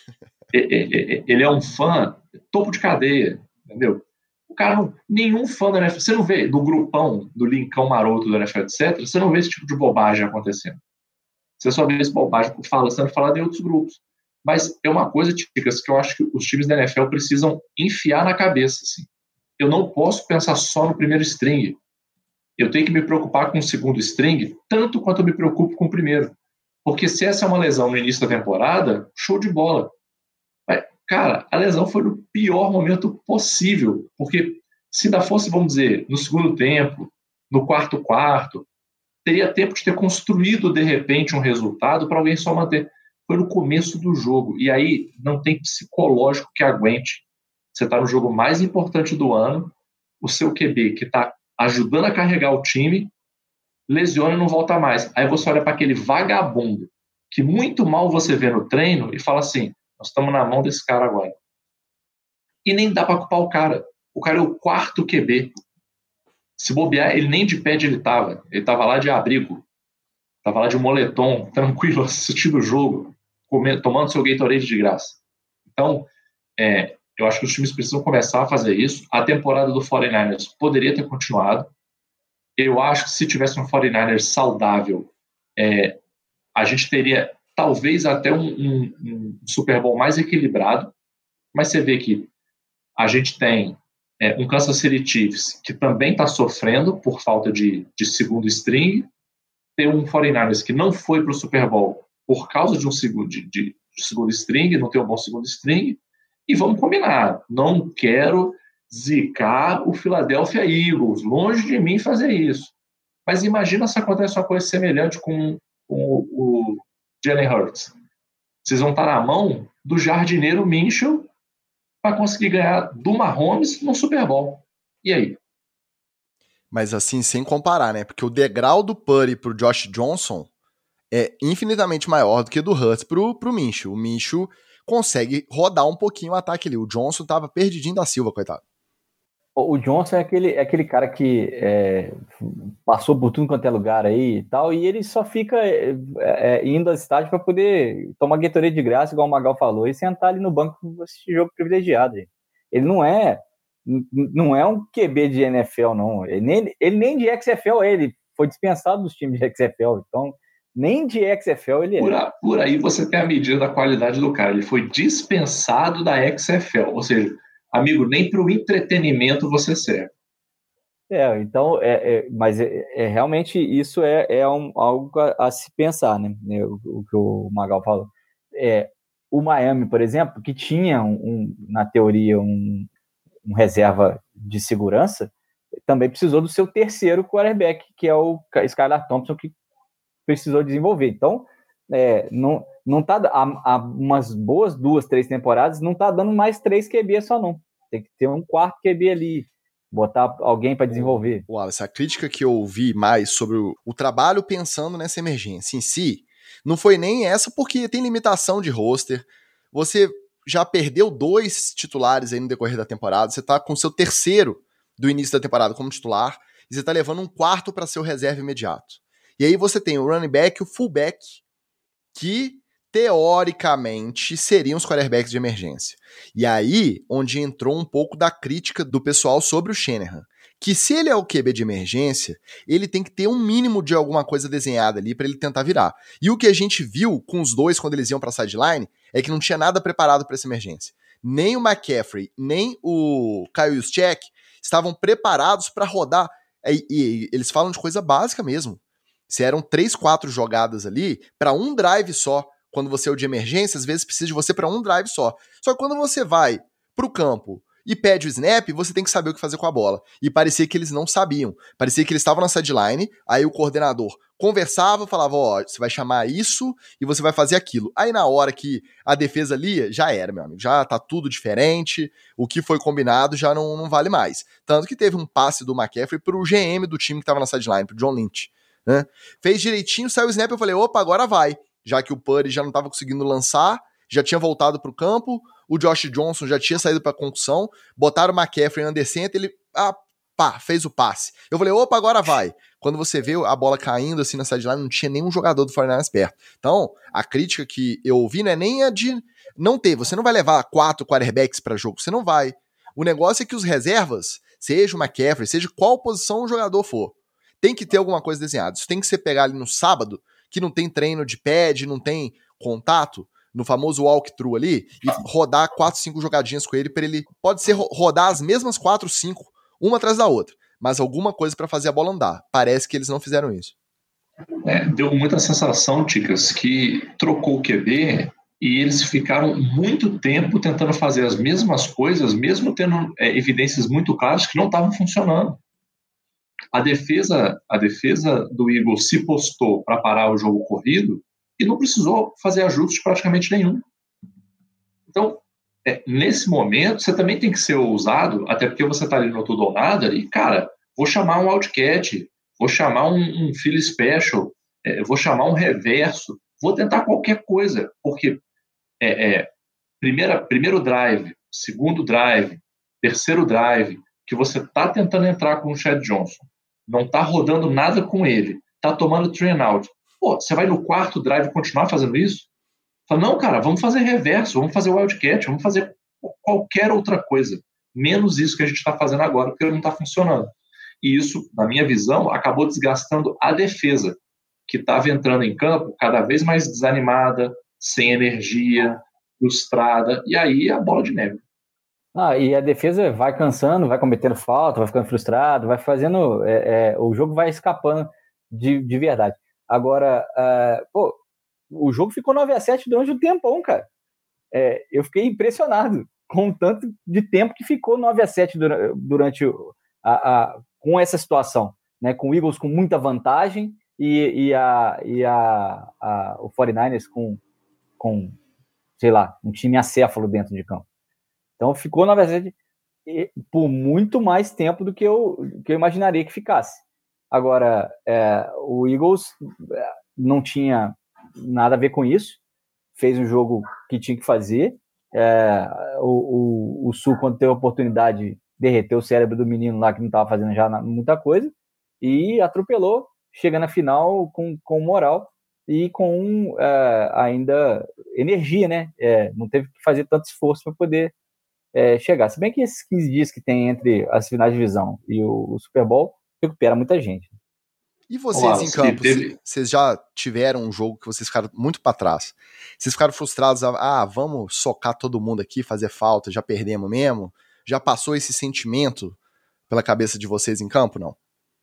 ele é um fã topo de cadeia, entendeu? O cara, não, nenhum fã do N F L, você não vê do grupão, do linkão maroto do N F L, etcétera, você não vê esse tipo de bobagem acontecendo. Você só vê esse bobagem fala, sendo falado em outros grupos. Mas é uma coisa, Ticas, que eu acho que os times da N F L precisam enfiar na cabeça. Assim. Eu não posso pensar só no primeiro string. Eu tenho que me preocupar com o segundo string tanto quanto eu me preocupo com o primeiro. Porque se essa é uma lesão no início da temporada, show de bola. Mas, cara, a lesão foi no pior momento possível. Porque se ainda fosse, vamos dizer, no segundo tempo, no quarto quarto, teria tempo de ter construído, de repente, um resultado para alguém só manter. Foi no começo do jogo. E aí não tem psicológico que aguente. Você está no jogo mais importante do ano, o seu Q B, que está ajudando a carregar o time, lesiona e não volta mais. Aí você olha para aquele vagabundo, que muito mal você vê no treino, e fala assim, nós estamos na mão desse cara agora. E nem dá para culpar o cara. O cara é o quarto Q B. Se bobear, ele nem de pad ele estava. Ele estava lá de abrigo. Estava lá de moletom, tranquilo, assistindo o jogo, comendo, tomando seu Gatorade de graça. Então, é, eu acho que os times precisam começar a fazer isso. A temporada do quarenta e nine ers poderia ter continuado. Eu acho que se tivesse um quarenta e nine ers saudável, é, a gente teria talvez até um, um, um Super Bowl mais equilibrado. Mas você vê que a gente tem é, um Kansas City Chiefs que também está sofrendo por falta de, de segundo string. Tem um quarenta e nine ers que não foi para o Super Bowl por causa de um segundo, de, de, de segundo string, não tem um bom segundo string. E vamos combinar, não quero zicar o Philadelphia Eagles, longe de mim fazer isso. Mas imagina se acontece uma coisa semelhante com, com o Jalen Hurts. Vocês vão estar na mão do jardineiro Minshew para conseguir ganhar do Mahomes no Super Bowl. E aí? Mas assim, sem comparar, né? Porque o degrau do Purdy pro Josh Johnson é infinitamente maior do que do Hurts pro, pro Minshew. O Minshew consegue rodar um pouquinho o ataque ali. O Johnson tava perdidinho da Silva, coitado. O Johnson é aquele, é aquele cara que é, passou por tudo quanto é lugar aí e tal, e ele só fica é, é, indo ao estádio para poder tomar Gatorade de graça, igual o Magal falou, e sentar ali no banco para assistir jogo privilegiado. Gente. Ele não é não é um Q B de N F L, não. Ele nem, ele nem de X F L é. Ele foi dispensado dos times de X F L, então nem de X F L ele é. Por, a, por aí você tem a medida da qualidade do cara. Ele foi dispensado da X F L, ou seja, amigo, nem para o entretenimento você serve. É, então, é, é, mas é, é, realmente isso é, é um, algo a, a se pensar, né? O, o que o Magal falou. É, o Miami, por exemplo, que tinha, um, um, na teoria, um, um reserva de segurança, também precisou do seu terceiro quarterback, que é o Skylar Thompson, que precisou desenvolver. Então, é, não, não tá, há, há umas boas duas, três temporadas, não tá dando mais três Q B só não. Tem que ter um quarto Q B ali, botar alguém para desenvolver. Wallace, a crítica que eu ouvi mais sobre o, o trabalho pensando nessa emergência em si, não foi nem essa, porque tem limitação de roster. Você já perdeu dois titulares aí no decorrer da temporada, você tá com o seu terceiro do início da temporada como titular, e você tá levando um quarto para ser o reserva imediato. E aí você tem o running back e o fullback, que teoricamente seriam os quarterbacks de emergência. E aí, onde entrou um pouco da crítica do pessoal sobre o Shanahan, que se ele é o Q B de emergência, ele tem que ter um mínimo de alguma coisa desenhada ali para ele tentar virar. E o que a gente viu com os dois quando eles iam para sideline é que não tinha nada preparado para essa emergência. Nem o McCaffrey, nem o Kyle Juszczyk estavam preparados para rodar. E, e eles falam de coisa básica mesmo. Se eram três, quatro jogadas ali para um drive só. Quando você é o de emergência, às vezes precisa de você para um drive só. Só que quando você vai pro campo e pede o snap, você tem que saber o que fazer com a bola. E parecia que eles não sabiam. Parecia que eles estavam na sideline, aí o coordenador conversava, falava, ó, oh, você vai chamar isso e você vai fazer aquilo. Aí na hora que a defesa lia, já era, meu amigo. Já tá tudo diferente, o que foi combinado já não, não vale mais. Tanto que teve um passe do McCaffrey pro G M do time que tava na sideline, pro John Lynch. Né? Fez direitinho, saiu o snap, eu falei, opa, agora vai. Já que o Purdy já não estava conseguindo lançar, já tinha voltado para o campo, o Josh Johnson já tinha saído para concussão, botaram o McCaffrey under center, ele, ah, pá, fez o passe. Eu falei, opa, agora vai. Quando você vê a bola caindo assim na sideline, não tinha nenhum jogador do quarenta e nove perto. Então, a crítica que eu ouvi não é nem a de não ter, você não vai levar quatro quarterbacks para jogo, você não vai. O negócio é que os reservas, seja o McCaffrey, seja qual posição o jogador for, tem que ter alguma coisa desenhada. Isso tem que ser pegar ali no sábado, que não tem treino de pad, não tem contato, no famoso walkthrough ali, e rodar quatro, cinco jogadinhas com ele, para ele, pode ser rodar as mesmas quatro, cinco, uma atrás da outra, mas alguma coisa para fazer a bola andar. Parece que eles não fizeram isso. É, deu muita sensação, Ticas, que trocou o Q B e eles ficaram muito tempo tentando fazer as mesmas coisas, mesmo tendo é, evidências muito claras que não estavam funcionando. A defesa, a defesa do Eagles se postou para parar o jogo corrido e não precisou fazer ajuste praticamente nenhum. Então, é, nesse momento, você também tem que ser ousado, até porque você está ali no tudo ou nada, e, cara, vou chamar um Wildcat, vou chamar um, um Philly Special, é, vou chamar um reverso, vou tentar qualquer coisa, porque é, é, primeira, primeiro drive, segundo drive, terceiro drive, que você está tentando entrar com o Chad Johnson, não está rodando nada com ele, está tomando train out. Pô, você vai no quarto drive continuar fazendo isso? Fala, não, cara, vamos fazer reverso, vamos fazer wildcat, vamos fazer qualquer outra coisa, menos isso que a gente está fazendo agora, porque não está funcionando. E isso, na minha visão, acabou desgastando a defesa, que estava entrando em campo cada vez mais desanimada, sem energia, frustrada, e aí a bola de neve. Ah, e a defesa vai cansando, vai cometendo falta, vai ficando frustrado, vai fazendo... É, é, o jogo vai escapando de, de verdade. Agora, uh, pô, o jogo ficou nove a sete durante um tempão, cara. É, eu fiquei impressionado com o tanto de tempo que ficou nove a sete durante, durante a, a, com essa situação, né? Com o Eagles com muita vantagem e, e, a, e a, a, o quarenta e nove ers com, com, sei lá, um time acéfalo dentro de campo. Então ficou nove a sete por muito mais tempo do que eu, que eu imaginaria que ficasse. Agora, é, o Eagles não tinha nada a ver com isso, fez um jogo que tinha que fazer. É, o, o, o Sul, quando teve a oportunidade, derreteu o cérebro do menino lá que não estava fazendo já muita coisa e atropelou, chega na final com, com moral e com é, ainda energia, né? É, não teve que fazer tanto esforço para poder é, chegar. Se bem que esses quinze dias que tem entre as finais de divisão e o, o Super Bowl recupera muita gente. E vocês Olá, em campo, teve... vocês já tiveram um jogo que vocês ficaram muito para trás? Vocês ficaram frustrados, ah, vamos socar todo mundo aqui, fazer falta, já perdemos mesmo? Já passou esse sentimento pela cabeça de vocês em campo, não?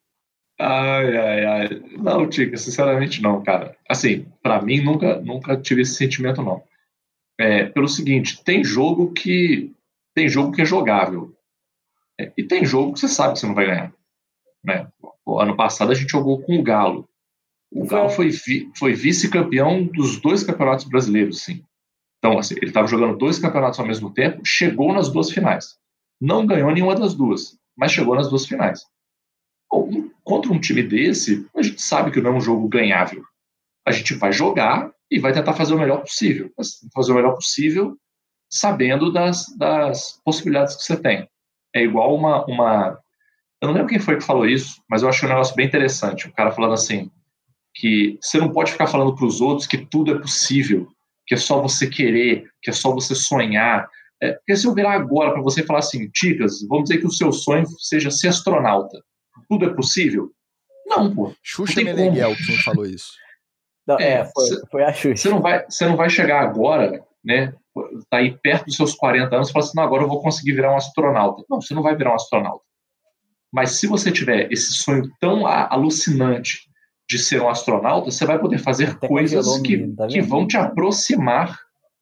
Ai, ai, ai. Não, Tica, sinceramente não, cara. Assim, pra mim nunca, nunca tive esse sentimento, não. É, pelo seguinte, tem jogo que tem jogo que é jogável. É, e tem jogo que você sabe que você não vai ganhar. né? O ano passado a gente jogou com o Galo. O Galo foi, vi, foi vice-campeão dos dois campeonatos brasileiros, sim. Então, assim, ele estava jogando dois campeonatos ao mesmo tempo, chegou nas duas finais. Não ganhou nenhuma das duas, mas chegou nas duas finais. Bom, contra um time desse, a gente sabe que não é um jogo ganhável. A gente vai jogar e vai tentar fazer o melhor possível. Mas fazer o melhor possível sabendo das, das possibilidades que você tem. É igual uma, uma... Eu não lembro quem foi que falou isso, mas eu achei um negócio bem interessante. O cara falando assim, que você não pode ficar falando para os outros que tudo é possível, que é só você querer, que é só você sonhar. É, porque se eu virar agora para você falar assim, Ticas, vamos dizer que o seu sonho seja ser astronauta. Tudo é possível? Não, pô. Xuxa Meneghel, quem falou isso? Não, é, é foi, cê, foi a Xuxa. Você não, vai, você não vai chegar agora, né, tá aí perto dos seus quarenta anos e falar assim, não, agora eu vou conseguir virar um astronauta. Não, você não vai virar um astronauta. Mas se você tiver esse sonho tão alucinante de ser um astronauta, você vai poder fazer Até coisas que, menino, tá que vão te aproximar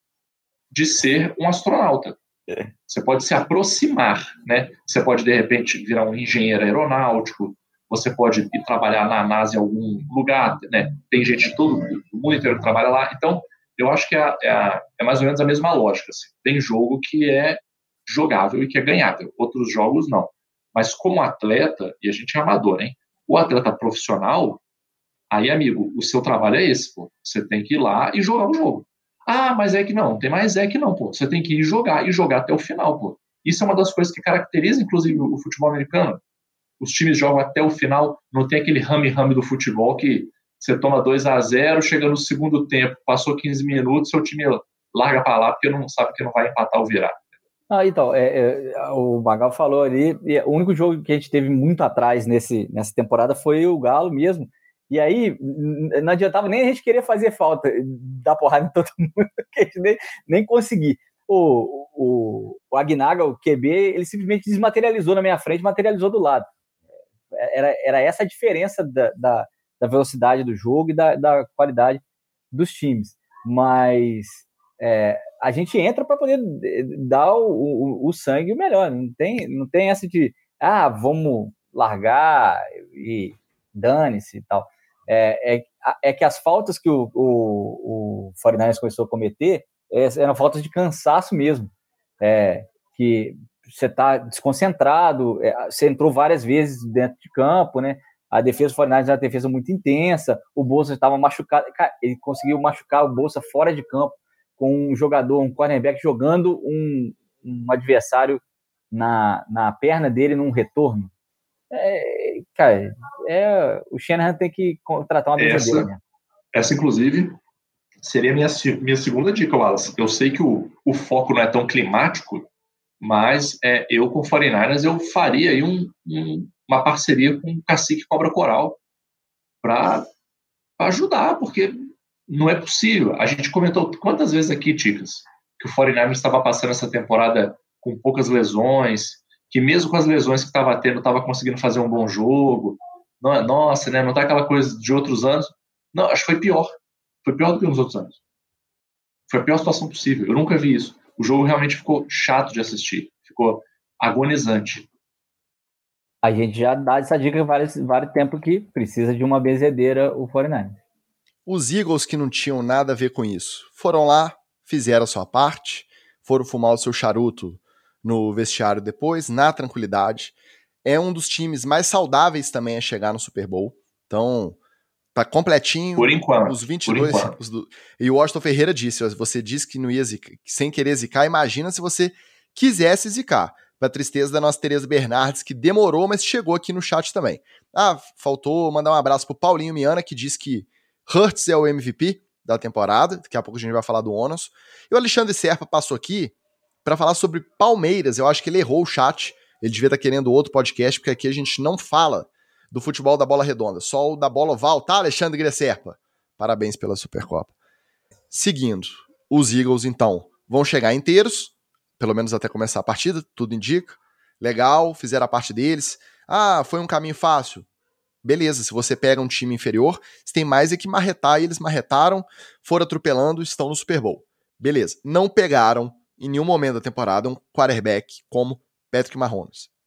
de ser um astronauta. É. Você pode se aproximar, né? Você pode, de repente, virar um engenheiro aeronáutico, você pode ir trabalhar na NASA em algum lugar, né? Tem gente de todo o mundo inteiro que trabalha lá. Então, eu acho que é, é, é mais ou menos a mesma lógica. Assim. Tem jogo que é jogável e que é ganhável. Outros jogos, não. Mas como atleta, e a gente é amador, hein? O atleta profissional, aí, amigo, o seu trabalho é esse, pô. Você tem que ir lá e jogar o jogo. Ah, mas é que não. Tem mais é que não, pô. Você tem que ir jogar e jogar até o final, pô. Isso é uma das coisas que caracteriza, inclusive, o futebol americano. Os times jogam até o final, não tem aquele rame-rame do futebol que você toma dois a zero, chega no segundo tempo, passou quinze minutos, seu time larga para lá porque não sabe que não vai empatar ou virar. Ah, então, é, é, o Magal falou ali, o único jogo que a gente teve muito atrás nesse, nessa temporada foi o Galo mesmo, e aí não adiantava nem a gente querer fazer falta, dar porrada em todo mundo, que a gente nem, nem conseguir. O, o, o Agnaga, o Q B, ele simplesmente desmaterializou na minha frente, materializou do lado. Era, era essa a diferença da, da, da velocidade do jogo e da, da qualidade dos times. Mas é, a gente entra para poder dar o, o, o sangue o melhor. Não tem, não tem essa de, ah, vamos largar e dane-se e tal. É, é, é que as faltas que o, o, o quarenta e nove começou a cometer é, eram faltas de cansaço mesmo. É, que você está desconcentrado, você entrou várias vezes dentro de campo, né? A defesa do quarenta e nove é uma defesa muito intensa, o Bolsa estava machucado, cara, ele conseguiu machucar o Bolsa fora de campo com um jogador, um cornerback jogando um, um adversário na, na perna dele num retorno. É, cara, é, o Shanahan tem que contratar uma brigadeira, né? Essa, inclusive, seria a minha, minha segunda dica, Wallace. Eu sei que o, o foco não é tão climático, mas é, eu com o quarenta e nove eu faria aí um, um, uma parceria com o Cacique Cobra Coral para ajudar, porque não é possível. A gente comentou quantas vezes aqui, Ticas, que o quarenta e nove estava passando essa temporada com poucas lesões, que mesmo com as lesões que estava tendo, estava conseguindo fazer um bom jogo. Não, nossa, né, não tá aquela coisa de outros anos. Não, acho que foi pior. Foi pior do que nos outros anos. Foi a pior situação possível. Eu nunca vi isso. O jogo realmente ficou chato de assistir. Ficou agonizante. A gente já dá essa dica vários, vários tempos que precisa de uma benzedeira o quarenta e nove. Os Eagles, que não tinham nada a ver com isso, foram lá, fizeram a sua parte, foram fumar o seu charuto no vestiário depois, na tranquilidade. É um dos times mais saudáveis também a chegar no Super Bowl. Então, tá completinho. Por enquanto. Os vinte e dois. Os do... E o Washington Ferreira disse, você disse que não ia zicar, sem querer zicar, imagina se você quisesse zicar. Pra tristeza da nossa Tereza Bernardes, que demorou, mas chegou aqui no chat também. Ah, faltou mandar um abraço pro Paulinho Miana, que diz que Hurts é o M V P da temporada. Daqui a pouco a gente vai falar do Onos. E o Alexandre Serpa passou aqui para falar sobre Palmeiras. Eu acho que ele errou o chat. Ele devia estar querendo outro podcast, porque aqui a gente não fala do futebol da bola redonda, só o da bola oval, tá, Alexandre Serpa? Parabéns pela Supercopa. Seguindo, os Eagles, então, vão chegar inteiros, pelo menos até começar a partida, tudo indica. Legal, fizeram a parte deles. Ah, foi um caminho fácil. Beleza, se você pega um time inferior, você tem mais é que marretar, e eles marretaram, foram atropelando, estão no Super Bowl. Beleza, não pegaram em nenhum momento da temporada um quarterback como Patrick Mahomes.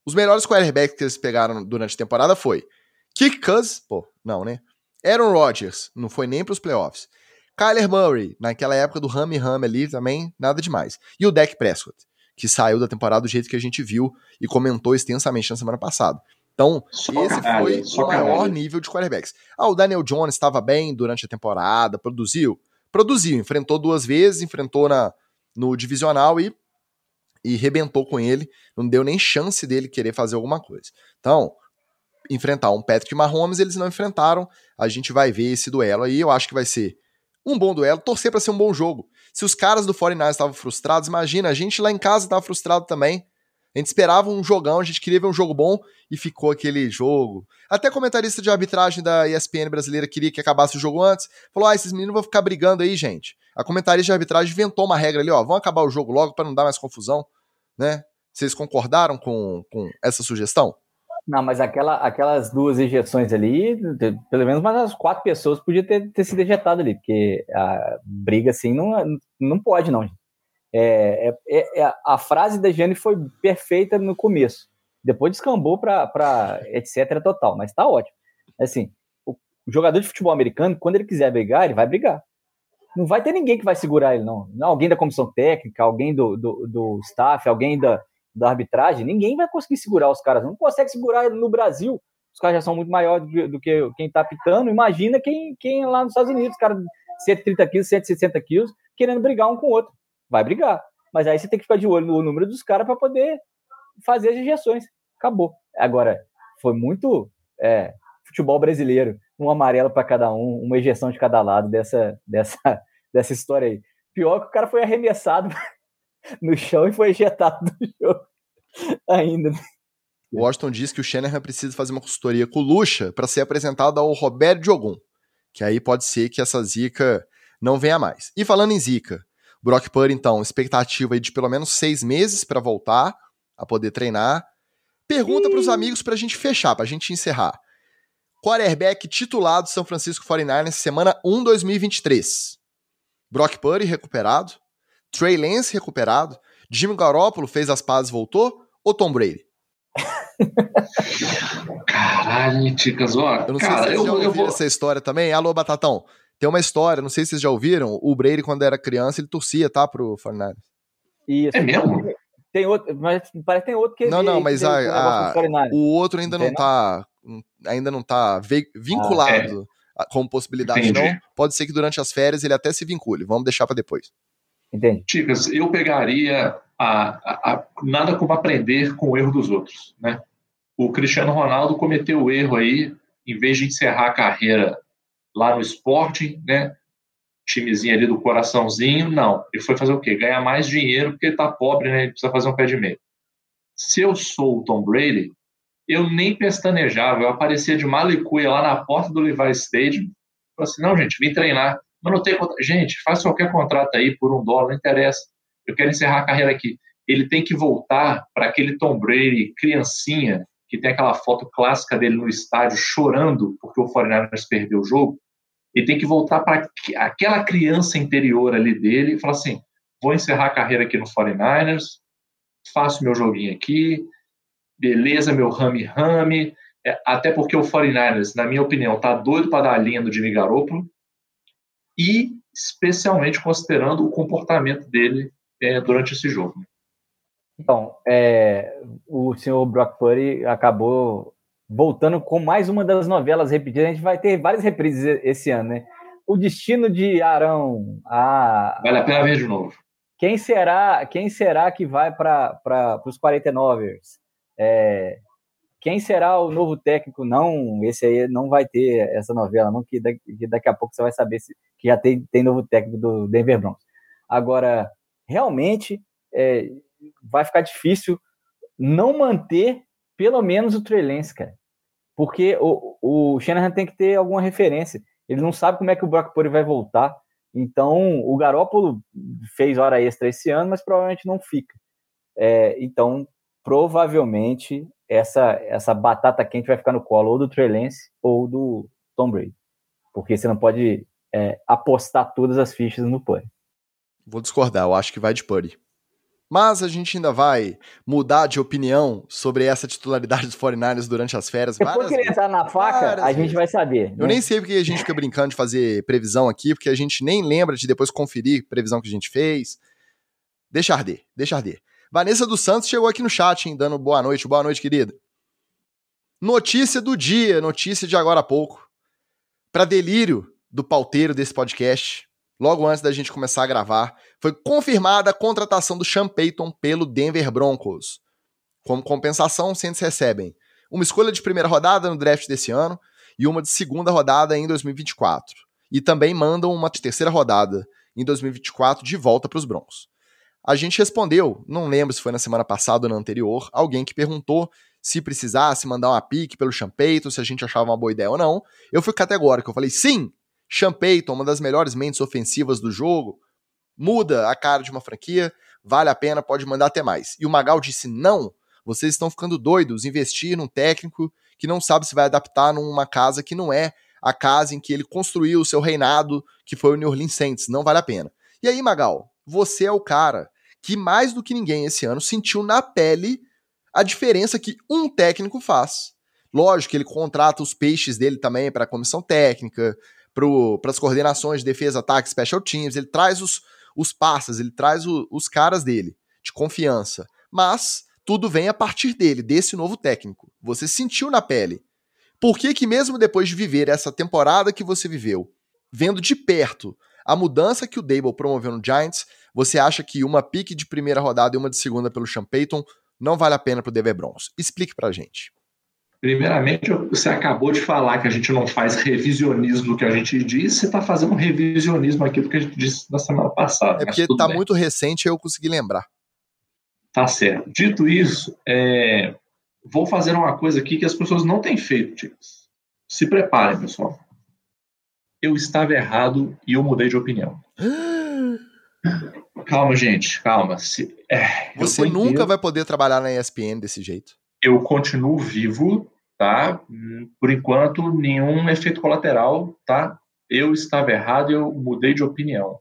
Os melhores quarterbacks que eles pegaram durante a temporada foi Kirk Cousins, pô, não, né? Aaron Rodgers, não foi nem pros playoffs. Kyler Murray, naquela época do Rami Rami ali também, nada demais. E o Dak Prescott, que saiu da temporada do jeito que a gente viu e comentou extensamente na semana passada. Então, Só esse canalha, foi só o maior canalha. nível de quarterbacks. Ah, o Daniel Jones estava bem durante a temporada, produziu? Produziu, enfrentou duas vezes, enfrentou na, no divisional e, e rebentou com ele, não deu nem chance dele querer fazer alguma coisa. Então, enfrentar um Patrick Mahomes, eles não enfrentaram, a gente vai ver esse duelo aí, eu acho que vai ser um bom duelo, torcer para ser um bom jogo. Se os caras do quarenta e nove estavam frustrados, imagina, a gente lá em casa estava frustrado também. A gente esperava um jogão, a gente queria ver um jogo bom e ficou aquele jogo. Até comentarista de arbitragem da E S P N brasileira queria que acabasse o jogo antes. Falou, ah, esses meninos vão ficar brigando aí, gente. A comentarista de arbitragem inventou uma regra ali, ó, vão acabar o jogo logo para não dar mais confusão, né? Vocês concordaram com, com essa sugestão? Não, mas aquela, aquelas duas ejeções ali, pelo menos mais umas quatro pessoas podiam ter, ter sido ejetado ali, porque a briga assim não, não pode, não. É, é, é, a frase da Jane foi perfeita no começo, depois descambou para etc total, mas tá ótimo. Assim, o jogador de futebol americano, quando ele quiser brigar, ele vai brigar. Não vai ter ninguém que vai segurar ele, não. Alguém da comissão técnica, alguém do, do, do staff, alguém da, da arbitragem, ninguém vai conseguir segurar os caras. Não consegue segurar ele no Brasil. Os caras já são muito maiores do, do que quem tá pitando. Imagina quem, quem lá nos Estados Unidos, os caras de cento e trinta quilos, cento e sessenta quilos, querendo brigar um com o outro. Vai brigar. Mas aí você tem que ficar de olho no número dos caras para poder fazer as injeções. Acabou. Agora, foi muito é, futebol brasileiro. Um amarelo para cada um, uma ejeção de cada lado dessa, dessa, dessa história aí. Pior que o cara foi arremessado no chão e foi ejetado do jogo ainda. O Washington diz que o Shanahan precisa fazer uma consultoria com o Lucha para ser apresentado ao Roberto Diogun, que aí pode ser que essa zica não venha mais. E falando em zica, Brock Purdy, então, expectativa aí de pelo menos seis meses para voltar a poder treinar. Pergunta para os amigos para a gente fechar, para a gente encerrar. Quarterback titular do São Francisco quarenta e nove ers, semana um de dois mil e vinte e três. Brock Purdy recuperado, Trey Lance recuperado, Jimmy Garoppolo fez as pazes e voltou, ou Tom Brady? Caralho, Ticas, ó. Eu não cara, sei se vocês eu, já ouviram eu vou... essa história também. Alô, Batatão. Tem uma história, não sei se vocês já ouviram, o Brady, quando era criança, ele torcia, tá, pro quarenta e nove ers. Isso. É mesmo? Tem outro, mas parece que tem outro que... Não, não, mas que a, a, o outro ainda não, não tá ainda não tá vinculado ah, é. como possibilidade, Entendi. não. Pode ser que durante as férias ele até se vincule. Vamos deixar para depois. Entendi. Ticas, eu pegaria a, a, a, nada como aprender com o erro dos outros, né? O Cristiano Ronaldo cometeu o erro aí, em vez de encerrar a carreira lá no Sporting, né? Timezinho ali do coraçãozinho, não. Ele foi fazer o quê? Ganhar mais dinheiro porque ele tá pobre, né? Ele precisa fazer um pé de meia. Se eu sou o Tom Brady, eu nem pestanejava, eu aparecia de mala e cuia lá na porta do Levi Stadium. Falei assim, não, gente, vim treinar. Mas não tem contrato. Gente, faz qualquer contrato aí por um dólar, não interessa. Eu quero encerrar a carreira aqui. Ele tem que voltar para aquele Tom Brady criancinha, que tem aquela foto clássica dele no estádio chorando porque o quarenta e nove ers perdeu o jogo. Ele tem que voltar para aquela criança interior ali dele e falar assim, vou encerrar a carreira aqui no quarenta e nove ers, faço meu joguinho aqui, beleza, meu rame-rame, é, até porque o quarenta e nove ers, na minha opinião, tá doido para dar a linha do Jimmy Garoppolo, e especialmente considerando o comportamento dele é, durante esse jogo. Então, é, o senhor Brock Purdy acabou voltando com mais uma das novelas repetidas. A gente vai ter várias reprises esse ano, né? O Destino de Arão. A, vale a pena ver de novo. Quem será, quem será que vai para os quarenta e nove ers? É, quem será o novo técnico? Não, esse aí não vai ter essa novela, não, que daqui, que daqui a pouco você vai saber se, que já tem, tem novo técnico do Denver Broncos. Agora, realmente, é, vai ficar difícil não manter pelo menos o Trey Lance, cara. Porque o, o Shanahan tem que ter alguma referência. Ele não sabe como é que o Brock Purdy vai voltar. Então, o Garoppolo fez hora extra esse ano, mas provavelmente não fica. É, então, provavelmente, essa, essa batata quente vai ficar no colo ou do Trey Lance ou do Tom Brady. Porque você não pode é, apostar todas as fichas no Purdy. Vou discordar, eu acho que vai de Purdy. Mas a gente ainda vai mudar de opinião sobre essa titularidade dos quarenta e nine ers durante as férias. Depois que ele entrar na faca, a gente vezes. vai saber. Eu né? nem sei porque a gente fica brincando de fazer previsão aqui, porque a gente nem lembra de depois conferir a previsão que a gente fez. Deixa arder, deixa arder. Vanessa dos Santos chegou aqui no chat, hein, dando boa noite. Boa noite, querida. Notícia do dia, notícia de agora há pouco. Para delírio do pauteiro desse podcast, logo antes da gente começar a gravar, foi confirmada a contratação do Sean Payton pelo Denver Broncos. Como compensação, os Saints recebem uma escolha de primeira rodada no draft desse ano e uma de segunda rodada em dois mil e vinte e quatro. E também mandam uma terceira rodada em dois mil e vinte e quatro de volta para os Broncos. A gente respondeu, não lembro se foi na semana passada ou na anterior, alguém que perguntou se precisasse mandar uma pique pelo Sean Payton, se a gente achava uma boa ideia ou não. Eu fui categórico, eu falei sim, Sean Payton, uma das melhores mentes ofensivas do jogo, muda a cara de uma franquia, vale a pena, pode mandar até mais. E o Magal disse não, vocês estão ficando doidos, investir num técnico que não sabe se vai adaptar numa casa que não é a casa em que ele construiu o seu reinado, que foi o New Orleans Saints, não vale a pena. E aí, Magal, você é o cara que mais do que ninguém esse ano sentiu na pele a diferença que um técnico faz. Lógico que ele contrata os peixes dele também para a comissão técnica, para as coordenações de defesa, ataque, special teams, ele traz os, os passas, ele traz o, os caras dele, de confiança. Mas tudo vem a partir dele, desse novo técnico. Você sentiu na pele. Por que que mesmo depois de viver essa temporada que você viveu, vendo de perto a mudança que o Daboll promoveu no Giants, você acha que uma pique de primeira rodada e uma de segunda pelo Sean Payton não vale a pena pro Denver Broncos? Explique pra gente. Primeiramente, você acabou de falar que a gente não faz revisionismo do que a gente disse, você está fazendo um revisionismo aqui do que a gente disse na semana passada. É porque tá bem. Muito recente e eu consegui lembrar. Tá certo. Dito isso, é... vou fazer uma coisa aqui que as pessoas não têm feito, ticos. Se preparem, pessoal. Eu estava errado e eu mudei de opinião. Calma, gente, calma. Se... É, você nunca inteiro. vai poder trabalhar na E S P N desse jeito. Eu continuo vivo, tá? Por enquanto, nenhum efeito colateral, tá? Eu estava errado e eu mudei de opinião.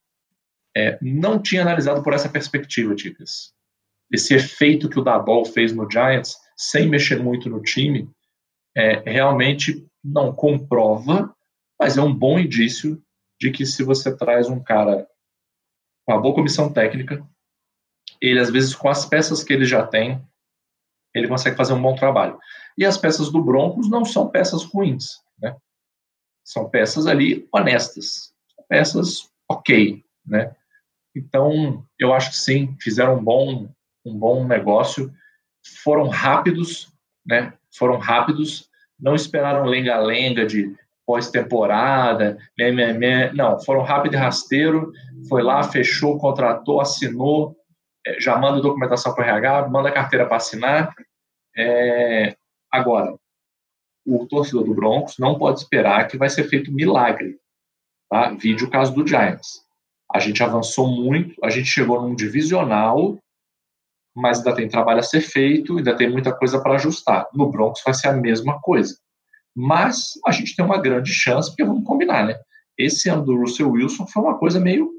É, não tinha analisado por essa perspectiva, ticas. Esse efeito que o Daboll fez no Giants, sem mexer muito no time, é, realmente não comprova, mas é um bom indício de que se você traz um cara com uma boa comissão técnica, ele, às vezes, com as peças que ele já tem, ele consegue fazer um bom trabalho. E as peças do Broncos não são peças ruins, né? São peças ali honestas, peças ok, né? Então, eu acho que sim, fizeram um bom, um bom negócio, foram rápidos, né? Foram rápidos, não esperaram lenga-lenga de pós-temporada, meh, meh, meh. Não, foram rápido e rasteiro, foi lá, fechou, contratou, assinou, já manda documentação para o R H, manda a carteira para assinar. É... Agora, o torcedor do Broncos não pode esperar que vai ser feito milagre. Tá? Vide o caso do Giants. A gente avançou muito, a gente chegou num divisional, mas ainda tem trabalho a ser feito, ainda tem muita coisa para ajustar. No Broncos vai ser a mesma coisa. Mas a gente tem uma grande chance, porque vamos combinar, né? Esse ano do Russell Wilson foi uma coisa meio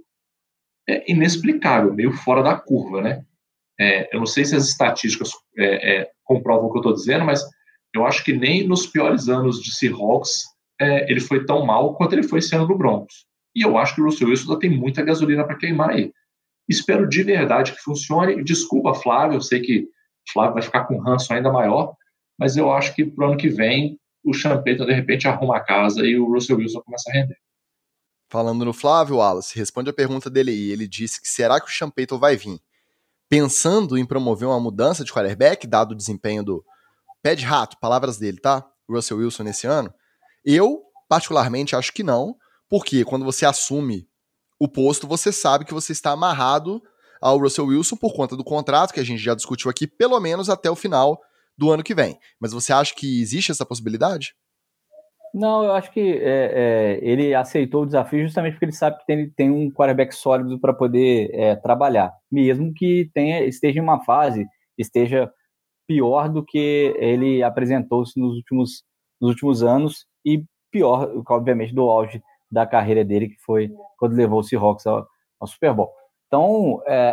é, inexplicável, meio fora da curva, né? É, eu não sei se as estatísticas é, é, comprovam o que eu estou dizendo, mas eu acho que nem nos piores anos de Seahawks é, ele foi tão mal quanto ele foi esse ano no Broncos. E eu acho que o Russell Wilson ainda tem muita gasolina para queimar aí. Espero de verdade que funcione. Desculpa, Flávio, eu sei que o Flávio vai ficar com um ranço ainda maior, mas eu acho que pro ano que vem o Sean Payton de repente arruma a casa e o Russell Wilson começa a render. Falando no Flávio, Wallace, responde a pergunta dele aí. Ele disse que será que o Sean Payton vai vir pensando em promover uma mudança de quarterback, dado o desempenho do pé de rato, palavras dele, tá? Russell Wilson nesse ano? Eu, particularmente, acho que não, porque quando você assume o posto, você sabe que você está amarrado ao Russell Wilson por conta do contrato, que a gente já discutiu aqui, pelo menos até o final do ano que vem. Mas você acha que existe essa possibilidade? Não, eu acho que é, é, ele aceitou o desafio justamente porque ele sabe que tem, tem um quarterback sólido para poder é, trabalhar, mesmo que tenha, esteja em uma fase, esteja pior do que ele apresentou-se nos últimos, nos últimos anos e pior, obviamente, do auge da carreira dele, que foi quando levou o Seahawks ao, ao Super Bowl. Então, é,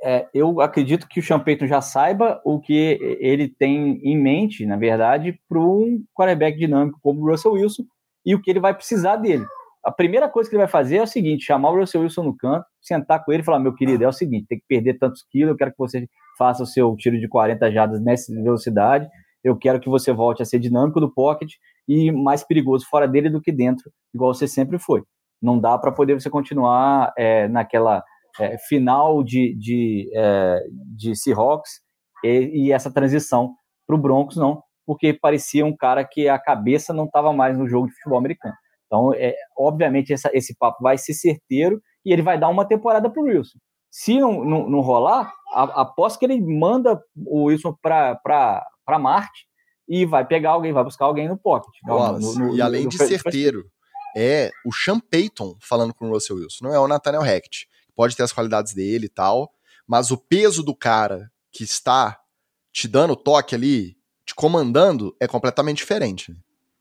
é, eu acredito que o Sean Payton já saiba o que ele tem em mente, na verdade, para um quarterback dinâmico como o Russell Wilson e o que ele vai precisar dele. A primeira coisa que ele vai fazer é o seguinte, chamar o Russell Wilson no canto, sentar com ele e falar, meu querido, é o seguinte, tem que perder tantos quilos, eu quero que você faça o seu tiro de quarenta jardas nessa velocidade, eu quero que você volte a ser dinâmico do pocket e mais perigoso fora dele do que dentro, igual você sempre foi. Não dá para poder você continuar é, naquela é, final de, de, é, de Seahawks e, e essa transição para o Broncos, não, porque parecia um cara que a cabeça não estava mais no jogo de futebol americano. Então, é, obviamente, essa, esse papo vai ser certeiro e ele vai dar uma temporada para o Wilson. Se não, não, não rolar, a, aposto que ele manda o Wilson para Marte e vai pegar alguém, vai buscar alguém no pocket. Wallace, no, no, e além no, no, de no, certeiro, é o Sean Payton falando com o Russell Wilson, não é o Nathaniel Hackett. Pode ter as qualidades dele e tal, mas o peso do cara que está te dando toque ali, te comandando, é completamente diferente.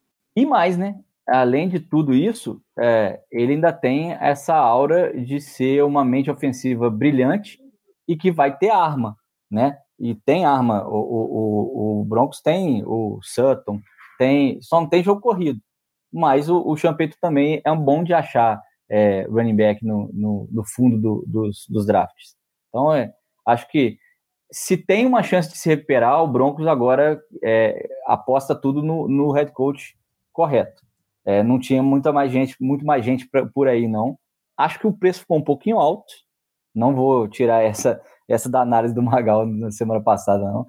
E mais, né? Além de tudo isso, é, ele ainda tem essa aura de ser uma mente ofensiva brilhante e que vai ter arma, né? E tem arma. O, o, o Broncos tem o Sutton, tem, só não tem jogo corrido. Mas o, o Sean Payton também é um bom de achar é, running back no, no, no fundo do, dos, dos drafts. Então, é, acho que se tem uma chance de se recuperar, o Broncos agora é, aposta tudo no, no head coach correto. É, não tinha muita mais gente, muito mais gente pra, por aí, não. Acho que o preço ficou um pouquinho alto. Não vou tirar essa, essa da análise do Magal na semana passada, não.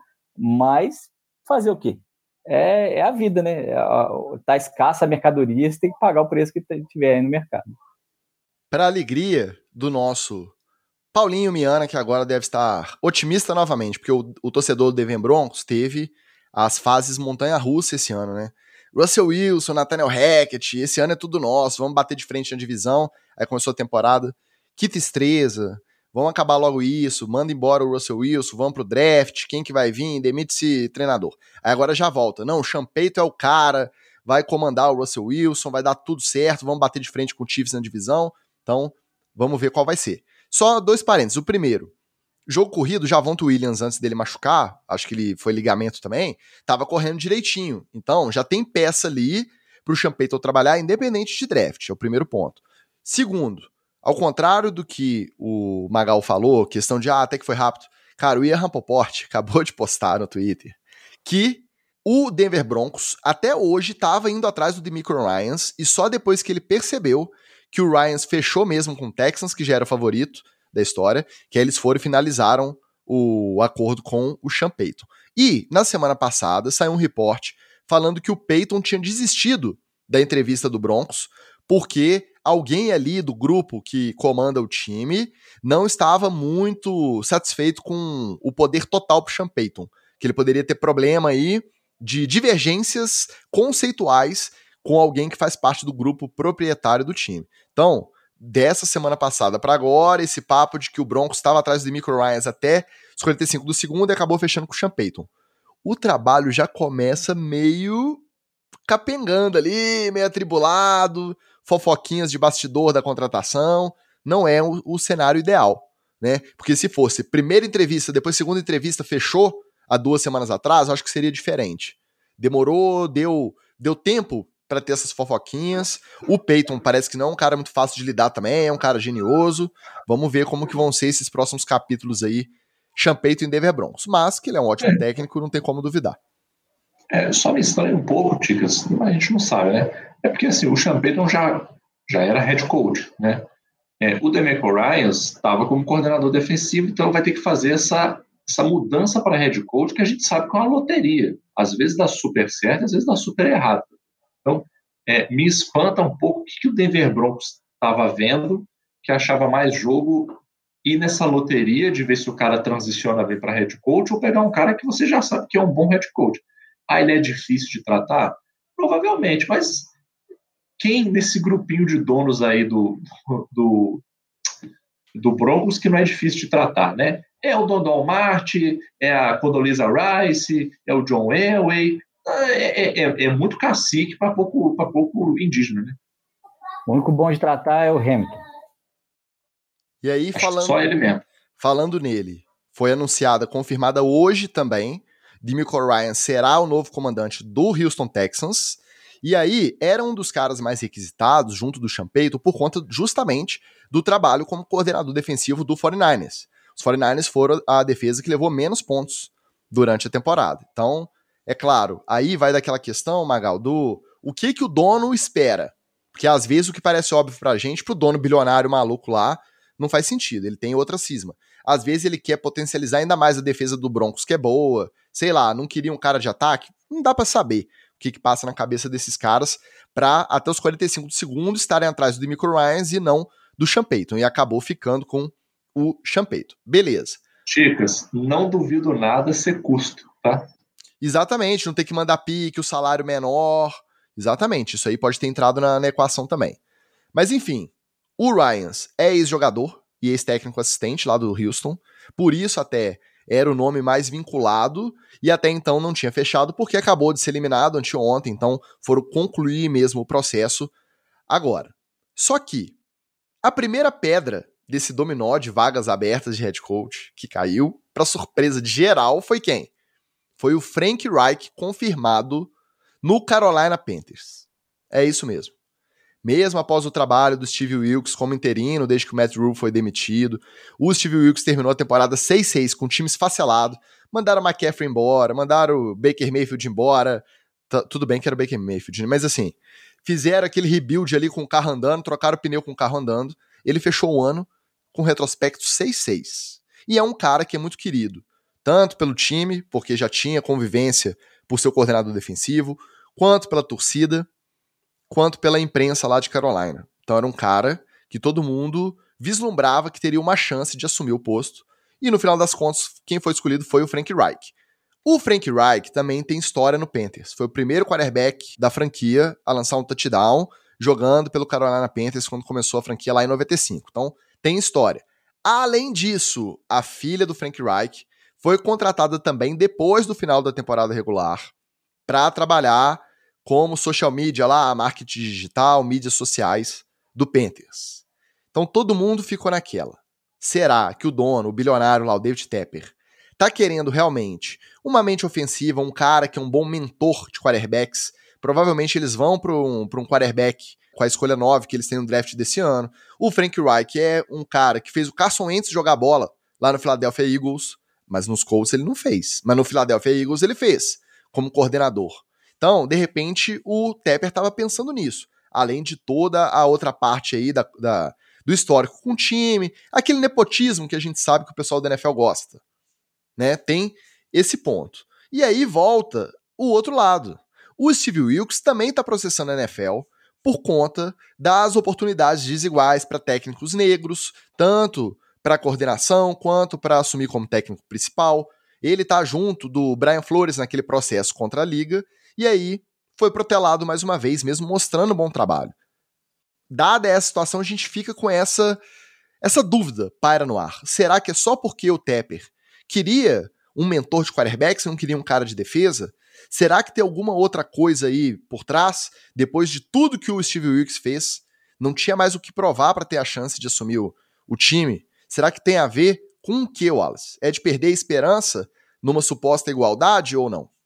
Mas fazer o quê? É, é a vida, né? Tá escassa a mercadoria, você tem que pagar o preço que tiver aí no mercado. Para a alegria do nosso Paulinho Miana, que agora deve estar otimista novamente, porque o, o torcedor do Denver Broncos teve as fases montanha-russa esse ano, né? Russell Wilson, Nathaniel Hackett, esse ano é tudo nosso, vamos bater de frente na divisão. Aí começou a temporada. Que tristeza, vamos acabar logo isso, manda embora o Russell Wilson, vamos pro draft, quem que vai vir, demite-se treinador. Aí agora já volta, não, o Sean Payton é o cara, vai comandar o Russell Wilson, vai dar tudo certo, vamos bater de frente com o Chiefs na divisão, então vamos ver qual vai ser. Só dois parênteses, o primeiro, jogo corrido, Javonte Williams, antes dele machucar, acho que ele foi ligamento também, tava correndo direitinho. Então, já tem peça ali pro Sean Payton trabalhar, independente de draft, é o primeiro ponto. Segundo, ao contrário do que o Magal falou, questão de, ah, até que foi rápido, cara, o Ian Rapoport acabou de postar no Twitter que o Denver Broncos, até hoje, estava indo atrás do DeMeco Ryans, e só depois que ele percebeu que o Ryans fechou mesmo com o Texans, que já era o favorito da história, que aí eles foram e finalizaram o acordo com o Sean Payton. E, na semana passada, saiu um reporte falando que o Payton tinha desistido da entrevista do Broncos, porque alguém ali do grupo que comanda o time não estava muito satisfeito com o poder total pro Sean Payton, que ele poderia ter problema aí de divergências conceituais com alguém que faz parte do grupo proprietário do time. Então, dessa semana passada para agora, esse papo de que o Broncos estava atrás do DeMeco Ryans até os quarenta e cinco do segundo e acabou fechando com o Sean Payton. O trabalho já começa meio capengando ali, meio atribulado, fofoquinhas de bastidor da contratação, não é o, o cenário ideal, né? Porque se fosse primeira entrevista, depois segunda entrevista, fechou há duas semanas atrás, eu acho que seria diferente. Demorou, deu, deu tempo para ter essas fofoquinhas. O Payton parece que não é um cara muito fácil de lidar também, é um cara genioso. Vamos ver como que vão ser esses próximos capítulos aí, Sean Payton e Denver Broncos. Mas que ele é um ótimo é. técnico, não tem como duvidar. É, só me estranha um pouco, Ticas, mas a gente não sabe, né? É porque assim, o Sean Payton já, já era head coach, né? É, o DeMeco Ryans estava como coordenador defensivo, então vai ter que fazer essa, essa mudança para head coach, que a gente sabe que é uma loteria. Às vezes dá super certo, às vezes dá super errado. Então, é, me espanta um pouco o que, que o Denver Broncos estava vendo, que achava mais jogo ir nessa loteria de ver se o cara transiciona bem para head coach ou pegar um cara que você já sabe que é um bom head coach. Ah, ele é difícil de tratar? Provavelmente, mas quem nesse grupinho de donos aí do, do, do Broncos que não é difícil de tratar, né? É o Donald Martin, é a Condoleezza Rice, é o John Elway, é, é, é muito cacique para pouco, para pouco indígena, né? O único bom de tratar é o Hamilton. E aí, Acho falando, só ele mesmo. falando nele, foi anunciada, confirmada hoje também, DeMeco Ryans será o novo comandante do Houston Texans, e aí era um dos caras mais requisitados junto do Sean Payton por conta justamente do trabalho como coordenador defensivo do forty-niners. Os forty-niners foram a defesa que levou menos pontos durante a temporada. Então, é claro, aí vai daquela questão, Magal, do o que, que o dono espera. Porque às vezes o que parece óbvio pra gente, pro dono bilionário maluco lá, não faz sentido, ele tem outra cisma. Às vezes ele quer potencializar ainda mais a defesa do Broncos, que é boa, sei lá, não queria um cara de ataque, não dá pra saber o que, que passa na cabeça desses caras pra até os quarenta e cinco do segundo estarem atrás do DeMeco Ryans e não do Sean Payton, e acabou ficando com o Sean Payton. Beleza. Chicas, não duvido nada ser custo, tá? Exatamente, não ter que mandar pique, o salário menor. Exatamente, isso aí pode ter entrado na, na equação também. Mas enfim, o Ryans é ex-jogador e ex-técnico assistente lá do Houston, por isso até era o nome mais vinculado e até então não tinha fechado porque acabou de ser eliminado anteontem, então foram concluir mesmo o processo agora. Só que a primeira pedra desse dominó de vagas abertas de head coach que caiu, para surpresa de geral, foi quem? Foi o Frank Reich confirmado no Carolina Panthers. É isso mesmo. Mesmo após o trabalho do Steve Wilkes como interino, desde que o Matt Rhule foi demitido, o Steve Wilkes terminou a temporada seis a seis com o time esfacelado, mandaram o McCaffrey embora, mandaram o Baker Mayfield embora, T- tudo bem que era o Baker Mayfield, mas assim, fizeram aquele rebuild ali com o carro andando, trocaram o pneu com o carro andando, ele fechou o ano com retrospecto seis a seis. E é um cara que é muito querido, tanto pelo time, porque já tinha convivência por seu coordenador defensivo, quanto pela torcida, quanto pela imprensa lá de Carolina. Então era um cara que todo mundo vislumbrava que teria uma chance de assumir o posto, e no final das contas, quem foi escolhido foi o Frank Reich. O Frank Reich também tem história no Panthers, foi o primeiro quarterback da franquia a lançar um touchdown, jogando pelo Carolina Panthers quando começou a franquia lá em noventa e cinco. Então tem história. Além disso, a filha do Frank Reich foi contratada também depois do final da temporada regular para trabalhar como social media lá, marketing digital, mídias sociais do Panthers. Então todo mundo ficou naquela. Será que o dono, o bilionário lá, o David Tepper, tá querendo realmente uma mente ofensiva, um cara que é um bom mentor de quarterbacks? Provavelmente eles vão para um, pra um quarterback com a escolha nove que eles têm no draft desse ano. O Frank Reich é um cara que fez o Carson Wentz jogar bola lá no Philadelphia Eagles, mas nos Colts ele não fez. Mas no Philadelphia Eagles ele fez, como coordenador. Então, de repente, o Tepper estava pensando nisso. Além de toda a outra parte aí da, da, do histórico com o time, aquele nepotismo que a gente sabe que o pessoal da N F L gosta. Né? Tem esse ponto. E aí volta o outro lado. O Steve Wilkes também está processando a N F L por conta das oportunidades desiguais para técnicos negros, tanto para coordenação quanto para assumir como técnico principal. Ele está junto do Brian Flores naquele processo contra a liga, e aí foi protelado mais uma vez, mesmo mostrando um bom trabalho. Dada essa situação, a gente fica com essa, essa dúvida paira no ar. Será que é só porque o Tepper queria um mentor de quarterbacks, não queria um cara de defesa? Será que tem alguma outra coisa aí por trás? Depois de tudo que o Steve Wilkes fez, não tinha mais o que provar para ter a chance de assumir o, o time? Será que tem a ver com o que, Wallace? É de perder a esperança numa suposta igualdade ou não?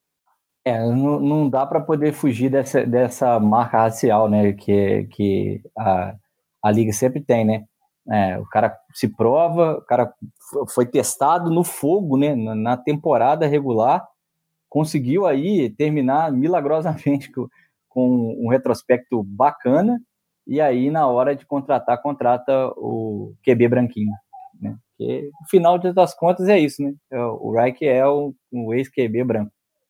É, não, não dá para poder fugir dessa, dessa marca racial, né, que, que a, a Liga sempre tem, né? É, o cara se prova, o cara foi testado no fogo, né, na temporada regular, conseguiu aí terminar milagrosamente com, com um retrospecto bacana, e aí na hora de contratar, contrata o Q B branquinho, né? Porque no final das contas é isso, né? O Reich é o, o ex-Q B branco.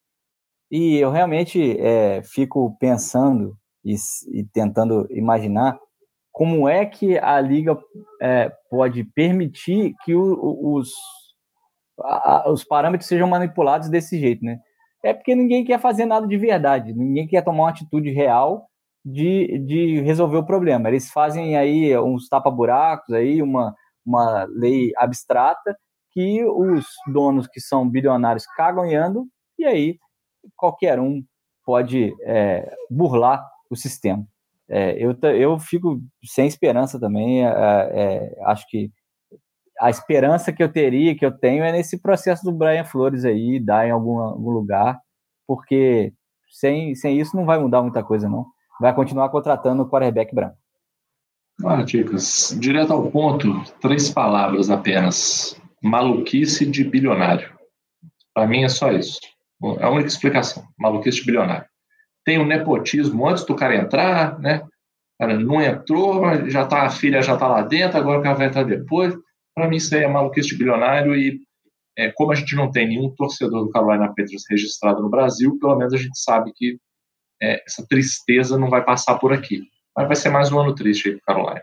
E eu realmente é, fico pensando e, e tentando imaginar como é que a Liga é, pode permitir que o, os, a, os parâmetros sejam manipulados desse jeito, né? É porque ninguém quer fazer nada de verdade, ninguém quer tomar uma atitude real de, de resolver o problema. Eles fazem aí uns tapa-buracos, aí uma, uma lei abstrata que os donos que são bilionários cagam e andam, e aí qualquer um pode é, burlar o sistema. É, eu, eu fico sem esperança também, é, é, acho que a esperança que eu teria, que eu tenho, é nesse processo do Brian Flores aí, dar em algum, algum lugar, porque sem, sem isso não vai mudar muita coisa, não. Vai continuar contratando o quarterback branco. Ah, dicas. Direto ao ponto, três palavras apenas. Maluquice de bilionário. Para mim é só isso. É a única explicação. Maluquice de bilionário. Tem o nepotismo antes do cara entrar, né? O cara não entrou, já tá, a filha já tá lá dentro, agora o cara vai entrar depois. Para mim isso aí é maluquice de bilionário e é, como a gente não tem nenhum torcedor do Carolina Panthers registrado no Brasil, pelo menos a gente sabe que é, essa tristeza não vai passar por aqui. Mas vai ser mais um ano triste aí pro Carolina.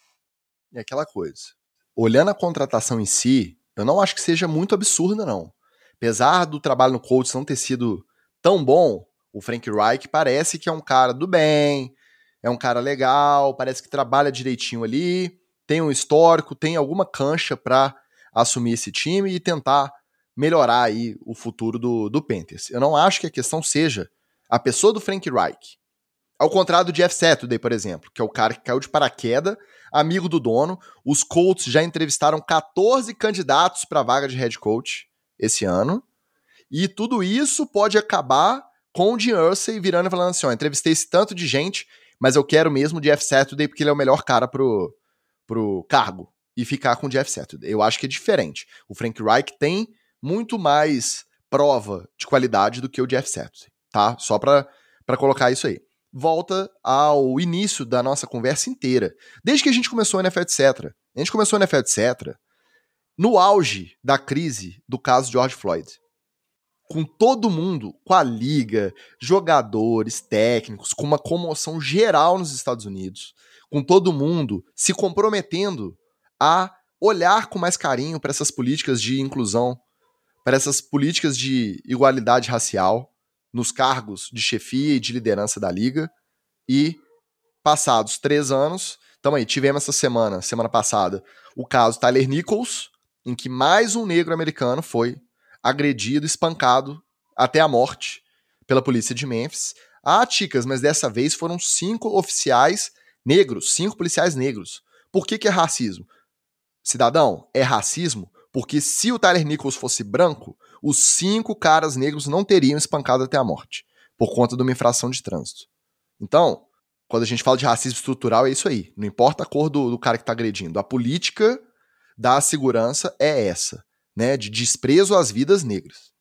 É aquela coisa. Olhando a contratação em si, eu não acho que seja muito absurda, não. Apesar do trabalho no Colts não ter sido tão bom, o Frank Reich parece que é um cara do bem, é um cara legal, parece que trabalha direitinho ali, tem um histórico, tem alguma cancha para assumir esse time e tentar melhorar aí o futuro do, do Panthers. Eu não acho que a questão seja a pessoa do Frank Reich. Ao contrário do Jeff Saturday, por exemplo, que é o cara que caiu de paraquedas, amigo do dono. Os Colts já entrevistaram catorze candidatos para a vaga de head coach esse ano. E tudo isso pode acabar com o Jim Irsay virando e falando assim, ó, entrevistei esse tanto de gente, mas eu quero mesmo o Jeff Saturday porque ele é o melhor cara pro, pro cargo. E ficar com o Jeff Saturday. Eu acho que é diferente. O Frank Reich tem muito mais prova de qualidade do que o Jeff Saturday, tá? Só para para colocar isso aí. Volta ao início da nossa conversa inteira. Desde que a gente começou a N F L, etcétera. A gente começou a N F L, etcétera, no auge da crise do caso George Floyd. Com todo mundo, com a liga, jogadores, técnicos, com uma comoção geral nos Estados Unidos, com todo mundo se comprometendo a olhar com mais carinho para essas políticas de inclusão, para essas políticas de igualdade racial nos cargos de chefia e de liderança da liga. E passados três anos, então aí, tivemos essa semana, semana passada, o caso Tyler Nichols, em que mais um negro americano foi agredido, espancado até a morte pela polícia de Memphis. Ah, ticas, mas dessa vez foram cinco oficiais negros, cinco policiais negros. Por que que é racismo? Cidadão, é racismo porque se o Tyler Nichols fosse branco, os cinco caras negros não teriam espancado até a morte, por conta de uma infração de trânsito. Então, quando a gente fala de racismo estrutural, é isso aí. Não importa a cor do, do cara que está agredindo. A política da segurança é essa, né, de desprezo às vidas negras.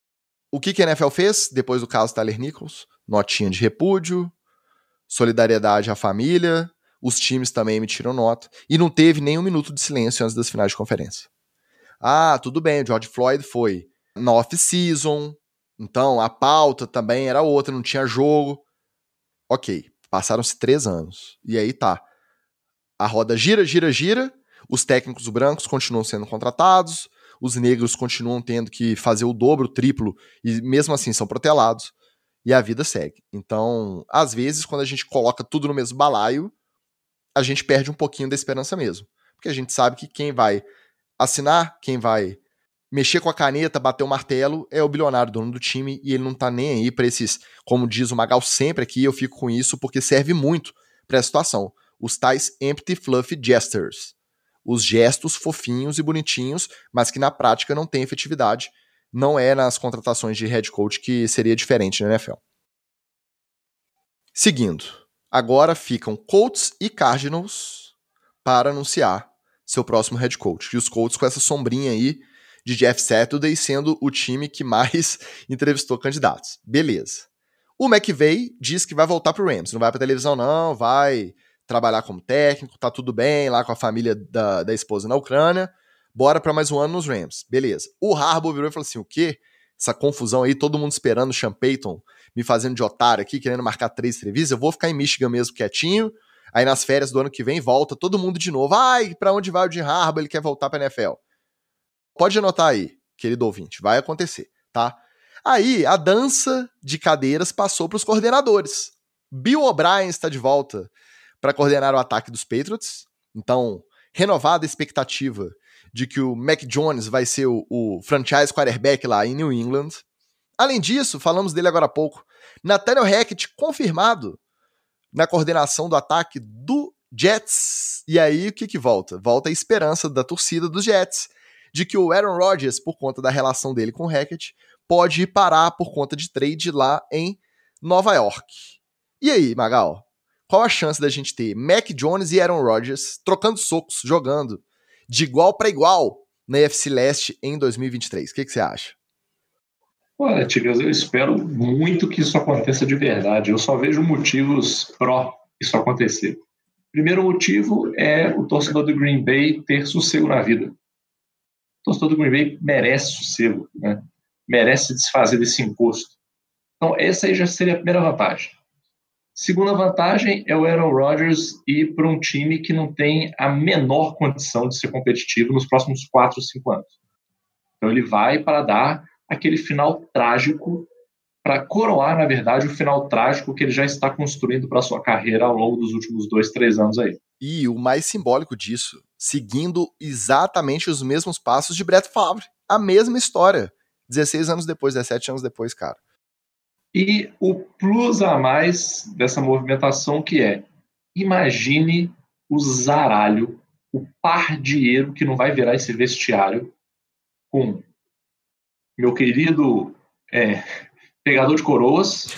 O que, que a N F L fez depois do caso Tyler Nichols? Notinha de repúdio, solidariedade à família, os times também emitiram nota, e não teve nem um minuto de silêncio antes das finais de conferência. Ah, tudo bem, o George Floyd foi na off-season, então a pauta também era outra, não tinha jogo. Ok, passaram-se três anos, e aí tá. A roda gira, gira, gira, os técnicos brancos continuam sendo contratados, os negros continuam tendo que fazer o dobro, o triplo, e mesmo assim são protelados, e a vida segue. Então, às vezes, quando a gente coloca tudo no mesmo balaio, a gente perde um pouquinho da esperança mesmo. Porque a gente sabe que quem vai assinar, quem vai mexer com a caneta, bater o martelo, é o bilionário, dono do time, e ele não tá nem aí pra esses, como diz o Magal sempre aqui, eu fico com isso porque serve muito pra essa situação. Os tais empty fluffy gestures. Os gestos fofinhos e bonitinhos, mas que na prática não tem efetividade. Não é nas contratações de head coach que seria diferente na N F L. Seguindo. Agora ficam Colts e Cardinals para anunciar seu próximo head coach. E os Colts com essa sombrinha aí de Jeff Saturday sendo o time que mais entrevistou candidatos. Beleza. O McVay diz que vai voltar pro Rams. Não vai pra televisão não, vai trabalhar como técnico, tá tudo bem lá com a família da, da esposa na Ucrânia. Bora pra mais um ano nos Rams. Beleza. O Harbaugh virou e falou assim, o quê? Essa confusão aí, todo mundo esperando o Sean Payton me fazendo de otário aqui, querendo marcar três entrevistas, eu vou ficar em Michigan mesmo quietinho, aí nas férias do ano que vem volta todo mundo de novo, ai, pra onde vai o Jim Harbaugh, ele quer voltar pra N F L. Pode anotar aí, querido ouvinte, vai acontecer, tá? Aí, a dança de cadeiras passou pros coordenadores. Bill O'Brien está de volta para coordenar o ataque dos Patriots, então, renovada a expectativa de que o Mac Jones vai ser o, o franchise quarterback lá em New England. Além disso, falamos dele agora há pouco, Nathaniel Hackett confirmado na coordenação do ataque do Jets. E aí, o que que volta? Volta a esperança da torcida dos Jets de que o Aaron Rodgers, por conta da relação dele com o Hackett, pode ir parar por conta de trade lá em Nova York. E aí, Magal? Qual a chance da gente ter Mac Jones e Aaron Rodgers trocando socos, jogando de igual para igual na A F C Leste em dois mil e vinte e três? O que que você acha? Olha, Tigres, eu espero muito que isso aconteça de verdade. Eu só vejo motivos pró isso acontecer. Primeiro motivo é o torcedor do Green Bay ter sossego na vida. O torcedor do Green Bay merece sossego, né? Merece se desfazer desse imposto. Então, essa aí já seria a primeira vantagem. Segunda vantagem é o Aaron Rodgers ir para um time que não tem a menor condição de ser competitivo nos próximos quatro, cinco anos. Então, ele vai para dar aquele final trágico, para coroar, na verdade, o final trágico que ele já está construindo para a sua carreira ao longo dos últimos dois, três anos aí. E o mais simbólico disso, seguindo exatamente os mesmos passos de Brett Favre. A mesma história. dezesseis anos depois, dezessete anos depois, cara. E o plus a mais dessa movimentação que é, imagine o zaralho, o pardieiro que não vai virar esse vestiário com meu querido é, pegador de coroas,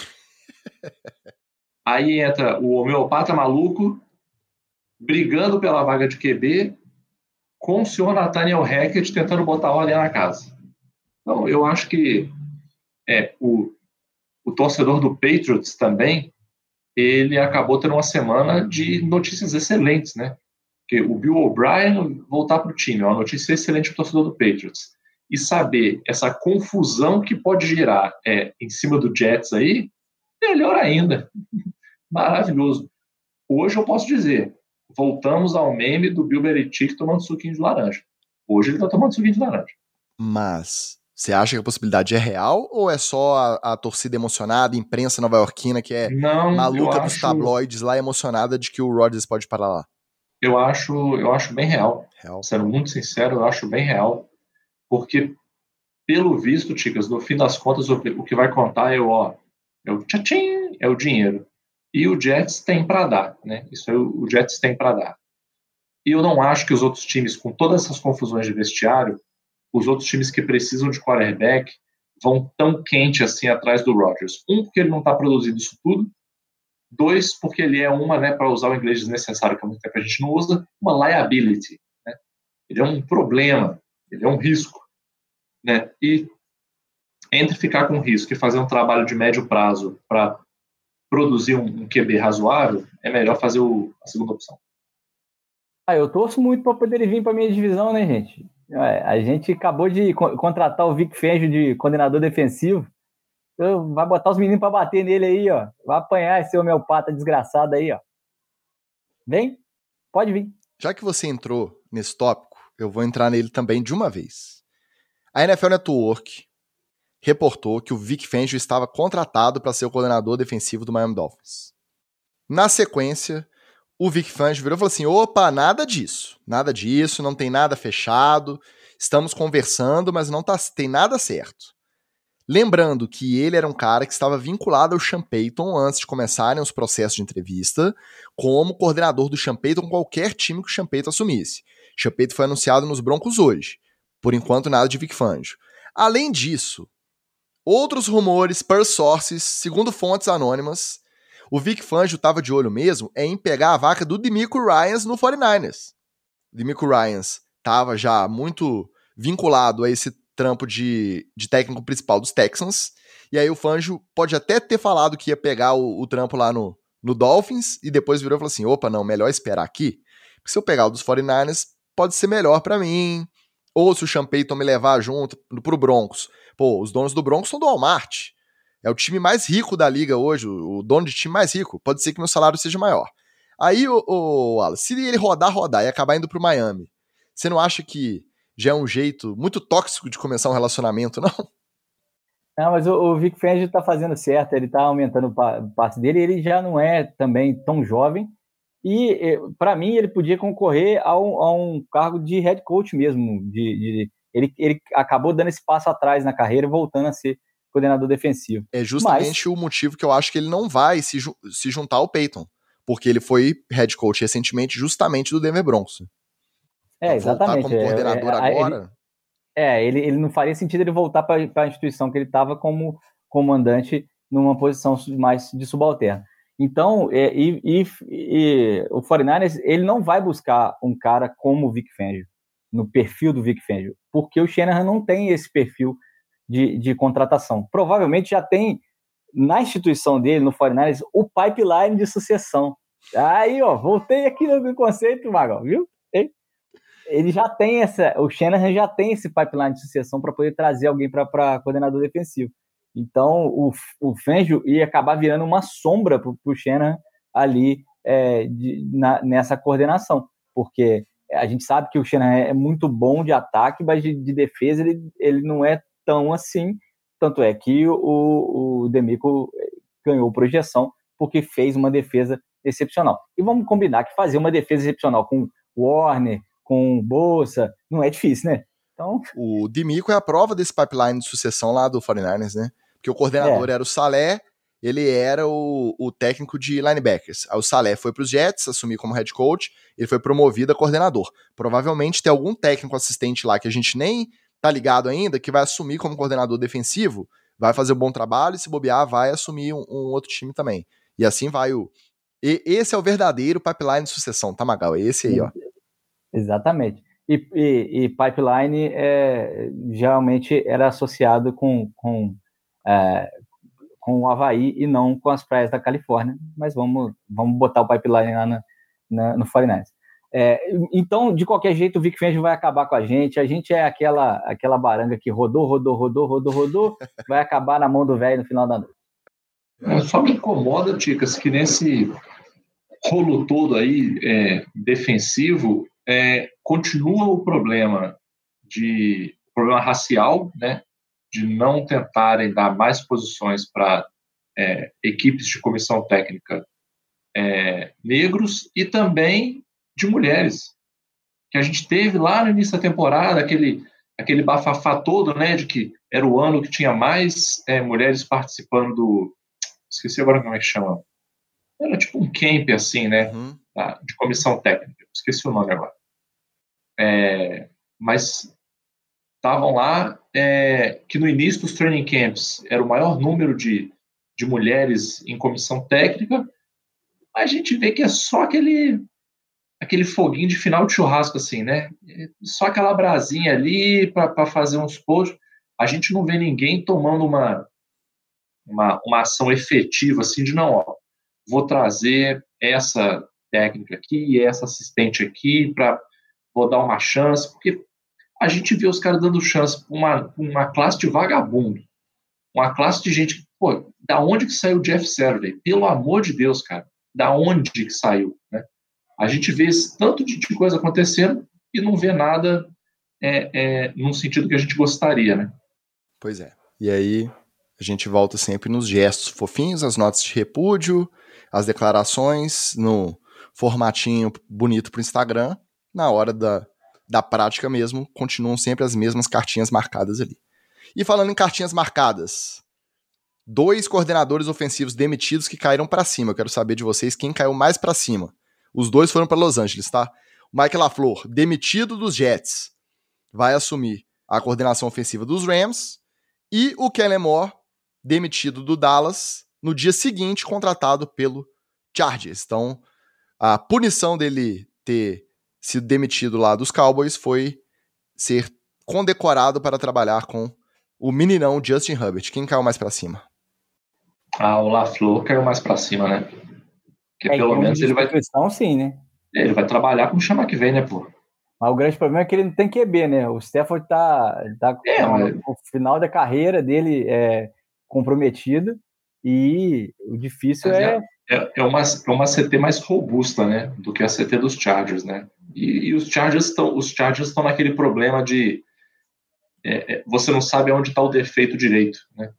aí entra o homeopata maluco brigando pela vaga de Q B com o senhor Nathaniel Hackett tentando botar ordem na casa. Então, eu acho que é, o, o torcedor do Patriots também, ele acabou tendo uma semana de notícias excelentes, né? Porque o Bill O'Brien voltar para o time é uma notícia excelente para o torcedor do Patriots. E saber essa confusão que pode gerar é, em cima do Jets aí, melhor ainda. Maravilhoso. Hoje eu posso dizer, voltamos ao meme do Bill Belichick tomando suquinho de laranja. Hoje ele está tomando suquinho de laranja. Mas você acha que a possibilidade é real ou é só a, a torcida emocionada, a imprensa nova-iorquina que é Não, maluca dos acho... tabloides lá, emocionada de que o Rodgers pode parar lá? Eu acho, eu acho bem real. real. Sendo muito sincero, eu acho bem real. Porque, pelo visto, Ticas, no fim das contas, o que vai contar é o, ó, é o tchim, é o dinheiro. E o Jets tem para dar, né? Isso aí o Jets tem para dar. E eu não acho que os outros times, com todas essas confusões de vestiário, os outros times que precisam de quarterback vão tão quente assim atrás do Rodgers. Um, porque ele não está produzindo isso tudo. Dois, porque ele é uma, né, para usar o inglês desnecessário que há muito tempo a gente não usa, uma liability. Né? Ele é um problema, ele é um risco. Né? E entre ficar com risco e fazer um trabalho de médio prazo para produzir um, um Q B razoável, é melhor fazer o, a segunda opção. Ah, eu torço muito para poder vir para minha divisão, né, gente? É, a gente acabou de co- contratar o Vic Fangio de coordenador defensivo. Eu, vai botar os meninos para bater nele aí, ó. Vai apanhar esse homeopata desgraçado aí, ó. Vem, pode vir. Já que você entrou nesse tópico, eu vou entrar nele também de uma vez. A N F L Network reportou que o Vic Fangio estava contratado para ser o coordenador defensivo do Miami Dolphins. Na sequência, o Vic Fangio virou e falou assim, opa, nada disso, nada disso, não tem nada fechado, estamos conversando, mas não tá, tem nada certo. Lembrando que ele era um cara que estava vinculado ao Sean Payton antes de começarem os processos de entrevista, como coordenador do Sean Payton com qualquer time que o Sean Payton assumisse. O Sean Payton foi anunciado nos Broncos hoje. Por enquanto, nada de Vic Fangio. Além disso, outros rumores, per sources, segundo fontes anônimas, o Vic Fangio estava de olho mesmo em pegar a vaca do DeMeco Ryans no quarenta e nove ers. O DeMeco Ryans estava já muito vinculado a esse trampo de, de técnico principal dos Texans, e aí o Fangio pode até ter falado que ia pegar o, o trampo lá no, no Dolphins, e depois virou e falou assim, opa, não, melhor esperar aqui, porque se eu pegar o dos quarenta e nove ers, pode ser melhor pra mim, ou se o Sean Payton me levar junto pro Broncos. Pô, os donos do Broncos são do Walmart, é o time mais rico da liga hoje, o, o dono de time mais rico, pode ser que meu salário seja maior. Aí, o, o Wallace, se ele rodar, rodar e acabar indo pro Miami, você não acha que já é um jeito muito tóxico de começar um relacionamento, não? Não, mas o, o Vic Fangio tá fazendo certo, ele tá aumentando o pa- passe dele, ele já não é também tão jovem, e para mim ele podia concorrer a um, a um cargo de head coach mesmo, de, de, ele, ele acabou dando esse passo atrás na carreira e voltando a ser coordenador defensivo. É justamente Mas, o motivo que eu acho que ele não vai se, ju- se juntar ao Peyton. porque ele foi head coach recentemente justamente do Denver Broncos. É, exatamente. Voltar como coordenador é, é, agora... Ele, é, ele, ele não faria sentido ele voltar para a instituição que ele estava como comandante numa posição mais de subalterno. Então, é, e, e, e o quarenta e nine ers, ele não vai buscar um cara como o Vic Fangio, no perfil do Vic Fangio, porque o Shanahan não tem esse perfil de, de contratação. Provavelmente já tem na instituição dele, no quarenta e nine ers, o pipeline de sucessão. Aí, ó, voltei aqui no conceito, Magal, viu? Ele já tem essa, o Shanahan já tem esse pipeline de sucessão para poder trazer alguém para coordenador defensivo. Então, o, o Fangio ia acabar virando uma sombra para o Shanahan ali é, de, na, nessa coordenação, porque a gente sabe que o Shanahan é muito bom de ataque, mas de, de defesa ele, ele não é tão assim, tanto é que o, o DeMeco ganhou projeção porque fez uma defesa excepcional. E vamos combinar que fazer uma defesa excepcional com Warner, com Bolsa, não é difícil, né? Então... O DeMeco é a prova desse pipeline de sucessão lá do quarenta e nine ers, né? Porque o coordenador é. era o Saleh, ele era o, o técnico de linebackers. Aí o Saleh foi para os Jets, assumiu como head coach, ele foi promovido a coordenador. Provavelmente tem algum técnico assistente lá que a gente nem tá ligado ainda, que vai assumir como coordenador defensivo, vai fazer um bom trabalho e se bobear vai assumir um, um outro time também. E assim vai o... E esse é o verdadeiro pipeline de sucessão, tá, Magal? É esse aí, ó. Exatamente. E, e, e pipeline é, geralmente era associado com, com, é, com o Havaí e não com as praias da Califórnia, mas vamos, vamos botar o pipeline lá na, na, no quarenta e nine ers. É, então, de qualquer jeito, o Vic Fangio vai acabar com a gente. A gente é aquela, aquela baranga que rodou, rodou, rodou, rodou, rodou, vai acabar na mão do velho no final da noite. Só me incomoda, Ticas, que nesse rolo todo aí é, defensivo, é, continua o problema de problema racial, né, de não tentarem dar mais posições para é, equipes de comissão técnica é, negros e também de mulheres, que a gente teve lá no início da temporada, aquele, aquele bafafá todo, né, de que era o ano que tinha mais é, mulheres participando do... Esqueci agora como é que chama. Era tipo um camp, assim, né, Uhum. de comissão técnica. Esqueci o nome agora. É, mas estavam lá é, que no início dos training camps era o maior número de, de mulheres em comissão técnica. A gente vê que é só aquele aquele foguinho de final de churrasco, assim, né? Só aquela brasinha ali para fazer uns posts. A gente não vê ninguém tomando uma, uma, uma ação efetiva, assim, de não, ó, vou trazer essa técnica aqui e essa assistente aqui para vou dar uma chance, porque a gente vê os caras dando chance para uma, uma classe de vagabundo, uma classe de gente, pô, da onde que saiu o Jeff Saturday? Pelo amor de Deus, cara, da onde que saiu, né? A gente vê esse tanto de coisa acontecendo e não vê nada é, é, num sentido que a gente gostaria, né? Pois é. E aí a gente volta sempre nos gestos fofinhos, as notas de repúdio, as declarações no formatinho bonito pro Instagram. Na hora da, da prática mesmo, continuam sempre as mesmas cartinhas marcadas ali. E falando em cartinhas marcadas, dois coordenadores ofensivos demitidos que caíram pra cima. Eu quero saber de vocês quem caiu mais pra cima. Os dois foram para Los Angeles, tá? O Mike LaFleur, demitido dos Jets, vai assumir a coordenação ofensiva dos Rams. E o Kellen Moore, demitido do Dallas, no dia seguinte contratado pelo Chargers. Então, a punição dele ter sido demitido lá dos Cowboys foi ser condecorado para trabalhar com o meninão Justin Herbert. Quem caiu mais pra cima? Ah, o LaFleur caiu mais pra cima, né? Porque é, pelo menos ele vai... sim, né? Ele vai trabalhar com o chama que vem, né, pô? Mas o grande problema é que ele não tem Q B, né? O Stafford tá, tá é, no, mas... no final da carreira dele é, comprometido e o difícil mas é... É, é, uma, é uma C T mais robusta, né? Do que a C T dos Chargers, né? E, e os Chargers estão os Chargers estão naquele problema de é, é, você não sabe onde está o defeito direito, né?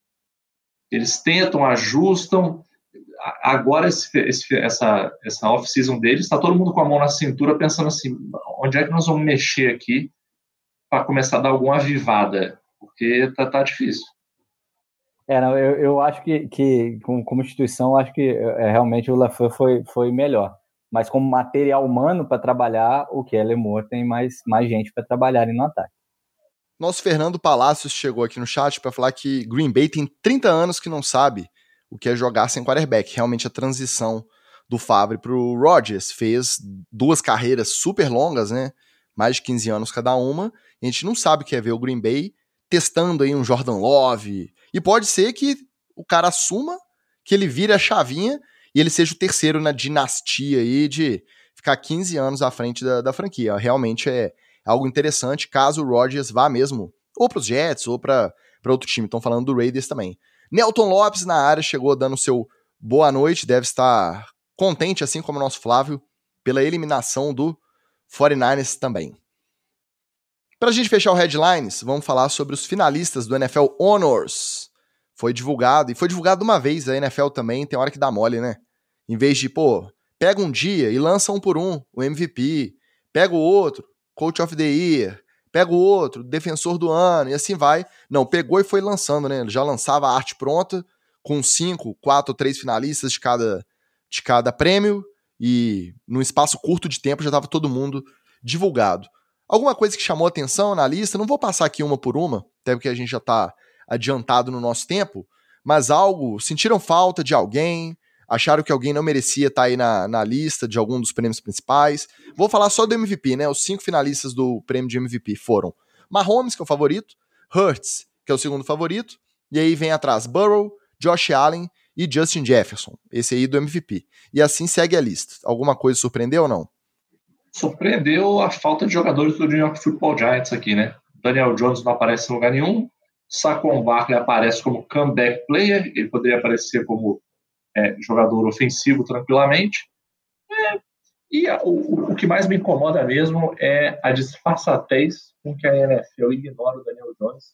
Eles tentam, ajustam. Agora, esse, esse, essa, essa off-season deles, está todo mundo com a mão na cintura pensando assim, onde é que nós vamos mexer aqui para começar a dar alguma avivada? Porque tá, tá difícil. É, não, eu, eu acho que, que como, como instituição, acho que é, realmente o LaFleur foi, foi melhor. Mas como material humano para trabalhar, o Kellen Moore tem mais, mais gente para trabalhar no ataque. Nosso Fernando Palacios chegou aqui no chat para falar que Green Bay tem trinta anos que não sabe o que é jogar sem quarterback. Realmente a transição do Favre para o Rodgers fez duas carreiras super longas, né? Mais de quinze anos cada uma. E a gente não sabe o que é ver o Green Bay testando aí um Jordan Love. E pode ser que o cara assuma que ele vire a chavinha e ele seja o terceiro na dinastia aí de ficar quinze anos à frente da, da franquia. Realmente é algo interessante caso o Rodgers vá mesmo ou para os Jets ou para outro time. Estão falando do Raiders também. Nelton Lopes na área chegou dando seu boa noite, deve estar contente, assim como o nosso Flávio, pela eliminação do quarenta e nine ers também. Para a gente fechar o Headlines, vamos falar sobre os finalistas do N F L Honors. Foi divulgado, e foi divulgado uma vez, a N F L também, tem hora que dá mole, né? Em vez de, pô, pega um dia e lança um por um, o M V P, pega o outro, Coach of the Year, pega o outro, Defensor do Ano, e assim vai. Não, pegou e foi lançando, né? Ele já lançava a arte pronta, com cinco, quatro, três finalistas de cada, de cada prêmio, e num espaço curto de tempo já estava todo mundo divulgado. Alguma coisa que chamou atenção na lista, não vou passar aqui uma por uma, até porque a gente já está adiantado no nosso tempo, mas algo, sentiram falta de alguém, acharam que alguém não merecia estar aí na, na lista de algum dos prêmios principais. Vou falar só do M V P, né? Os cinco finalistas do prêmio de M V P foram Mahomes, que é o favorito, Hurts, que é o segundo favorito, e aí vem atrás Burrow, Josh Allen e Justin Jefferson, esse aí do M V P. E assim segue a lista. Alguma coisa surpreendeu ou não? Surpreendeu a falta de jogadores do New York Football Giants aqui, né? Daniel Jones não aparece em lugar nenhum, Saquon Barkley aparece como comeback player, ele poderia aparecer como é, jogador ofensivo tranquilamente. É, e a, o, o que mais me incomoda mesmo é a disfarçatez com que a N F L ignora o Daniel Jones,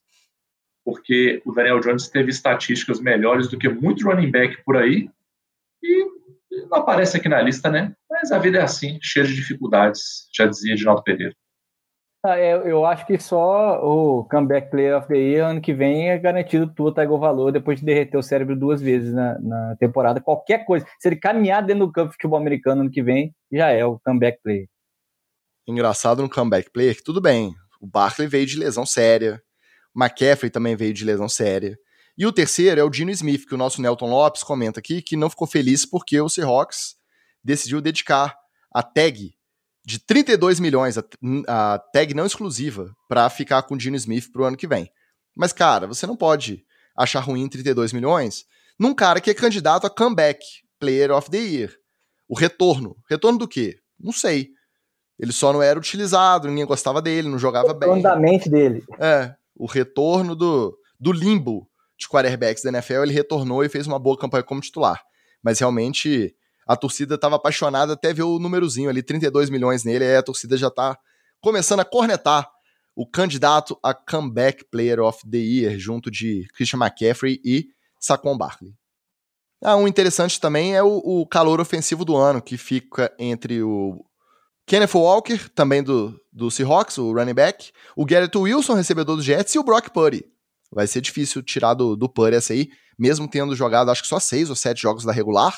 porque o Daniel Jones teve estatísticas melhores do que muito running back por aí, e não aparece aqui na lista, né? Mas a vida é assim, cheia de dificuldades, já dizia Ginaldo Pereira. Ah, eu, eu acho que só o Comeback Player of the Year ano que vem é garantido tudo, tá igual valor, depois de derreter o cérebro duas vezes na, na temporada. Qualquer coisa, se ele caminhar dentro do campo de futebol americano ano que vem, já é o Comeback Player. Engraçado no Comeback Player que tudo bem, o Barkley veio de lesão séria, o McCaffrey também veio de lesão séria, e o terceiro é o Geno Smith, que o nosso Nelton Lopes comenta aqui, que não ficou feliz porque o Seahawks decidiu dedicar a tag de trinta e dois milhões, a, a tag não exclusiva, para ficar com o Geno Smith pro ano que vem. Mas, cara, você não pode achar ruim trinta e dois milhões num cara que é candidato a Comeback Player of the Year. O retorno. Retorno do quê? Não sei. Ele só não era utilizado, ninguém gostava dele, não jogava bem. Da mente dele. É, o retorno do, do limbo de quarterbacks da N F L, ele retornou e fez uma boa campanha como titular. Mas realmente a torcida estava apaixonada até ver o númerozinho ali, trinta e dois milhões nele, aí a torcida já está começando a cornetar o candidato a Comeback Player of the Year, junto de Christian McCaffrey e Saquon Barkley. Ah, um interessante também é o, o calor ofensivo do ano, que fica entre o Kenneth Walker, também do, do Seahawks, o running back, o Garrett Wilson, recebedor do Jets, e o Brock Purdy. Vai ser difícil tirar do, do Purdy essa aí, mesmo tendo jogado acho que só seis ou sete jogos da regular,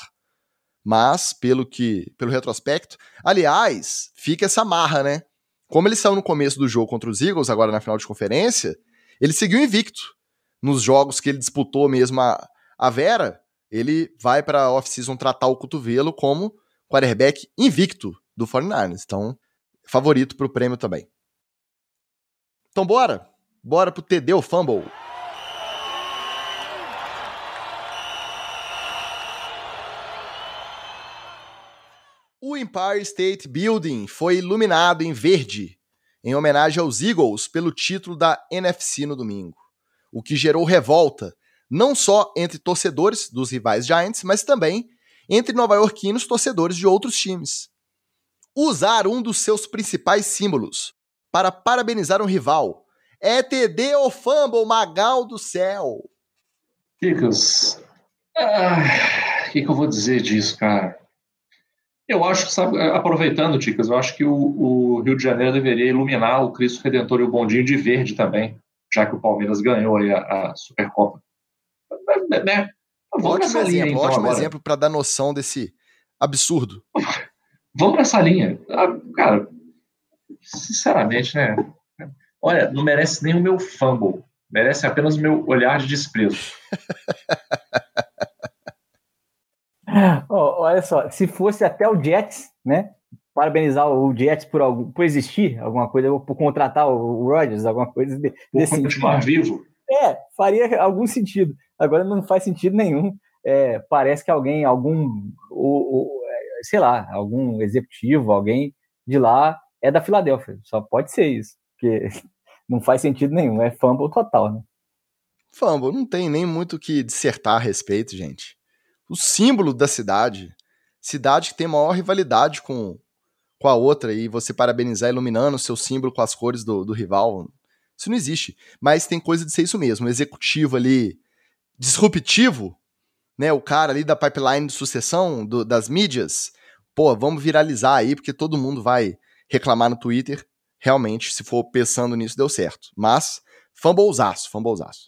mas pelo que pelo retrospecto. Aliás, fica essa marra, né? Como ele saiu no começo do jogo contra os Eagles, agora na final de conferência, ele seguiu invicto nos jogos que ele disputou mesmo a, a Vera. Ele vai para a off-season tratar o cotovelo como quarterback invicto do quarenta e nine ers. Então, favorito para o prêmio também. Então, bora! Bora pro T D ou Fumble. O Empire State Building foi iluminado em verde, em homenagem aos Eagles, pelo título da N F C no domingo, o que gerou revolta, não só entre torcedores dos rivais Giants, mas também entre nova-iorquinos torcedores de outros times. Usar um dos seus principais símbolos para parabenizar um rival é T D ou Fumble, Magal do céu? Ticas, ah, o que, que eu vou dizer disso, cara? Eu acho que, sabe, aproveitando, Ticas, eu acho que o, o Rio de Janeiro deveria iluminar o Cristo Redentor e o bondinho de verde também, já que o Palmeiras ganhou aí a, a Supercopa. né? Vamos ótimo nessa linha, exemplo, então, ótimo agora. exemplo para dar noção desse absurdo. Vamos nessa linha. Ah, cara, sinceramente, né? Olha, não merece nem o meu fumble. Merece apenas o meu olhar de desprezo. Oh, olha só, se fosse até o Jets, né? Parabenizar o Jets por, algum, por existir, alguma coisa, ou por contratar o Rodgers, alguma coisa de, Por desse continuar sentido. vivo. É, faria algum sentido. Agora não faz sentido nenhum. É, parece que alguém, algum, o, o, sei lá, algum executivo, alguém de lá é da Filadélfia. Só pode ser isso, porque não faz sentido nenhum. É fumble total, né? Fumble, não tem nem muito o que dissertar a respeito, gente. O símbolo da cidade, cidade que tem maior rivalidade com, com a outra, e você parabenizar iluminando o seu símbolo com as cores do, do rival, isso não existe. Mas tem coisa de ser isso mesmo, um executivo ali disruptivo, né, o cara ali da pipeline de sucessão do, das mídias, pô, vamos viralizar aí, porque todo mundo vai reclamar no Twitter. Realmente, se for pensando nisso, deu certo. Mas, fumblezaço, fumblezaço.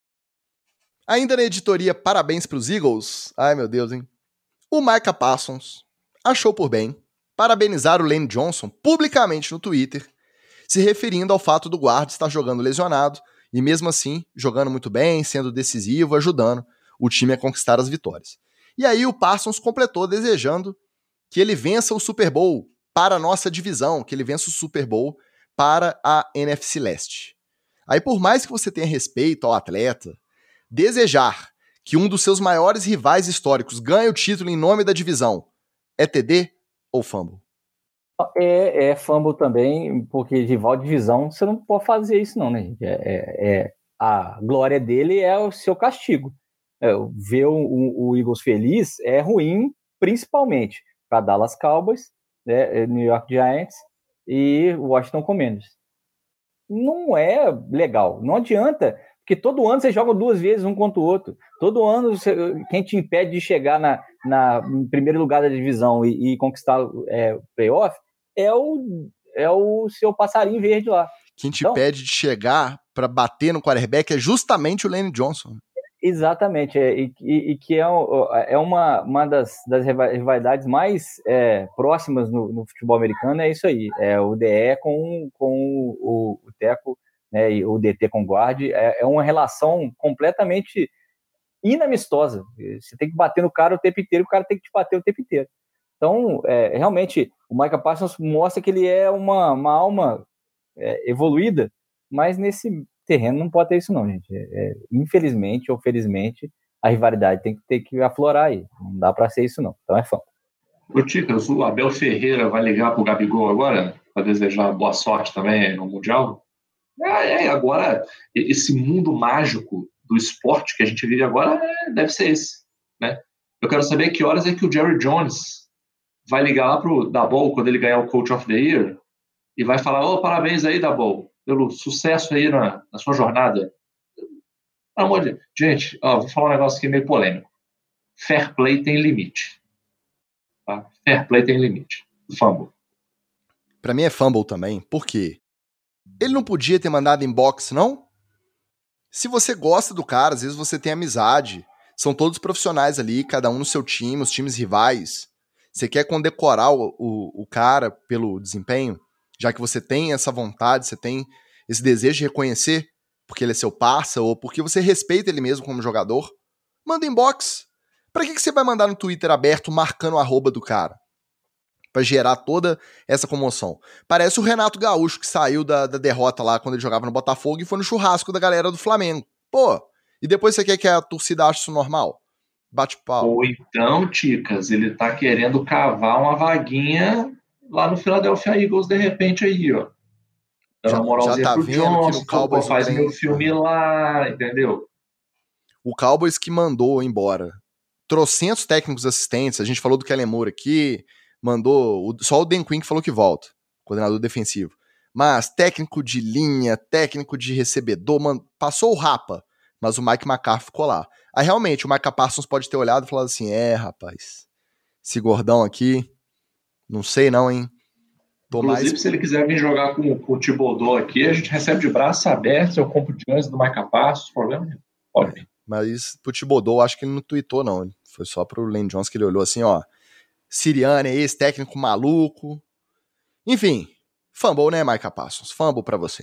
Ainda na editoria Parabéns pros Eagles, ai meu Deus, hein? O Micah Parsons achou por bem parabenizar o Lane Johnson publicamente no Twitter, se referindo ao fato do guarda estar jogando lesionado e mesmo assim jogando muito bem, sendo decisivo, ajudando o time a conquistar as vitórias. E aí o Parsons completou desejando que ele vença o Super Bowl para a nossa divisão, que ele vença o Super Bowl para a N F C Leste. Aí por mais que você tenha respeito ao atleta, desejar que um dos seus maiores rivais históricos ganhe o título em nome da divisão é T D ou fumble? É, é fumble também, porque rival de divisão você não pode fazer isso não, né, gente? É, é, é, a glória dele é o seu castigo. É, ver o, o, o Eagles feliz é ruim, principalmente para Dallas Cowboys, né, New York Giants e Washington Commanders. Não é legal, não adianta, porque todo ano você joga duas vezes um contra o outro. Todo ano você, quem te impede de chegar na, na, em primeiro lugar da divisão e, e conquistar é, o playoff é o, é o seu passarinho verde lá. Quem te então, impede de chegar para bater no quarterback é justamente o Lane Johnson. Exatamente, é, e, e, e que é, é uma, uma das, das rivalidades mais é, próximas no, no futebol americano, é isso aí, é o D E com, com o, o Teco, né, e o D T com o guard, é, é uma relação completamente inamistosa, você tem que bater no cara o tempo inteiro, o cara tem que te bater o tempo inteiro. Então, é, realmente, o Micah Parsons mostra que ele é uma, uma alma é, evoluída, mas nesse terreno não pode ter isso não, gente. É, infelizmente ou felizmente, a rivalidade tem que ter que aflorar aí. Não dá pra ser isso não. Então é fã. Ô, Ticas, o Abel Ferreira vai ligar pro Gabigol agora para desejar boa sorte também no Mundial? É, é, agora, esse mundo mágico do esporte que a gente vive agora é, deve ser esse, né? Eu quero saber que horas é que o Jerry Jones vai ligar lá pro Daboll quando ele ganhar o Coach of the Year e vai falar, ô, oh, parabéns aí, Daboll, pelo sucesso aí na, na sua jornada. Pelo amor de Deus. Gente, ó, vou falar um negócio aqui meio polêmico. Fair play tem limite. Tá? Fair play tem limite. Fumble. Pra mim é fumble também. Por quê? Ele não podia ter mandado inbox, não? Se você gosta do cara, às vezes você tem amizade. São todos profissionais ali, cada um no seu time, os times rivais. Você quer condecorar o, o, o cara pelo desempenho? Já que você tem essa vontade, você tem esse desejo de reconhecer porque ele é seu parça ou porque você respeita ele mesmo como jogador, manda inbox. Pra que, que você vai mandar no Twitter aberto marcando o arroba do cara? Pra gerar toda essa comoção. Parece o Renato Gaúcho que saiu da, da derrota lá quando ele jogava no Botafogo e foi no churrasco da galera do Flamengo. Pô, e depois você quer que a torcida ache isso normal? Bate pau. Ou então, Ticas, ele tá querendo cavar uma vaguinha lá no Philadelphia Eagles de repente aí, ó. Dando Já, uma moralzinha já tá pro vendo que no Johnson, Cowboys faz trem... meu filme lá, entendeu? O Cowboys que mandou embora trocentos técnicos assistentes, a gente falou do Kellen Moore aqui, mandou, só o Dan Quinn que falou que volta, coordenador defensivo. Mas técnico de linha, técnico de recebedor, man, passou o rapa, mas o Mike McCarthy ficou lá. Aí realmente o Micah Parsons pode ter olhado e falado assim, é rapaz, esse gordão aqui, não sei não, hein. Tô Inclusive, mais... se ele quiser vir jogar com, com o Thibodeau aqui, a gente recebe de braços abertos, eu compro de antes do Micah Parsons, problema nenhum. Pode vir. Mas pro Thibodeau, acho que ele não tweetou, não. Foi só pro Lane Johnson que ele olhou assim, ó. Sirianni, ex-técnico maluco. Enfim, fumble, né, Micah Parsons? Fumble pra você.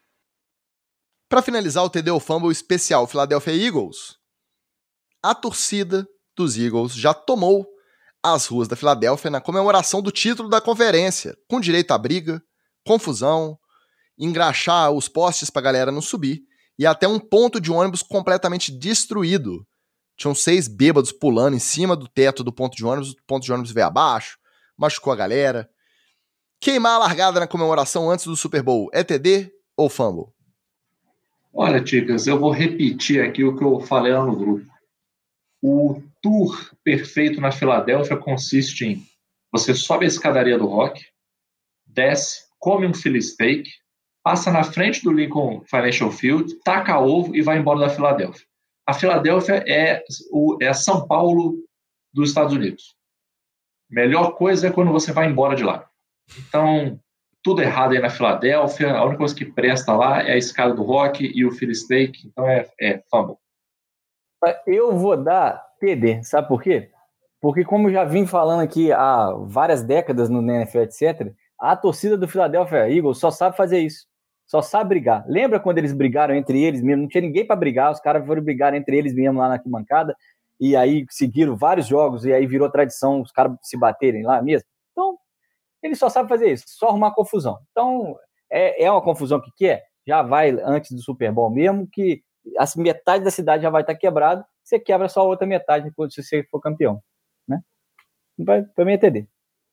Pra finalizar o T D ou Fumble especial Philadelphia Eagles, a torcida dos Eagles já tomou as ruas da Filadélfia na comemoração do título da conferência, com direito à briga, confusão, engraxar os postes pra galera não subir, e até um ponto de ônibus completamente destruído. Tinham seis bêbados pulando em cima do teto do ponto de ônibus, o ponto de ônibus veio abaixo, machucou a galera. Queimar a largada na comemoração antes do Super Bowl é T D ou Fumble? Olha, Ticas, eu vou repetir aqui o que eu falei lá no grupo. O tour perfeito na Filadélfia consiste em você sobe a escadaria do Rock, desce, come um Philly Steak, passa na frente do Lincoln Financial Field, taca ovo e vai embora da Filadélfia. A Filadélfia é, o, é a São Paulo dos Estados Unidos. Melhor coisa é quando você vai embora de lá. Então, tudo errado aí na Filadélfia, a única coisa que presta lá é a escada do Rock e o Philly Steak, então é, é fumble. Eu vou dar T D, sabe por quê? Porque como eu já vim falando aqui há várias décadas no N F L, etcétera, a torcida do Philadelphia Eagles só sabe fazer isso. Só sabe brigar. Lembra quando eles brigaram entre eles mesmo? Não tinha ninguém para brigar, os caras foram brigar entre eles mesmo lá na arquibancada, e aí seguiram vários jogos, e aí virou tradição os caras se baterem lá mesmo. Então, eles só sabem fazer isso, só arrumar confusão. Então, é, é uma confusão que quer, já vai antes do Super Bowl mesmo, que a metade da cidade já vai estar quebrada, você quebra só a outra metade se você for campeão. Né? Para mim é T D.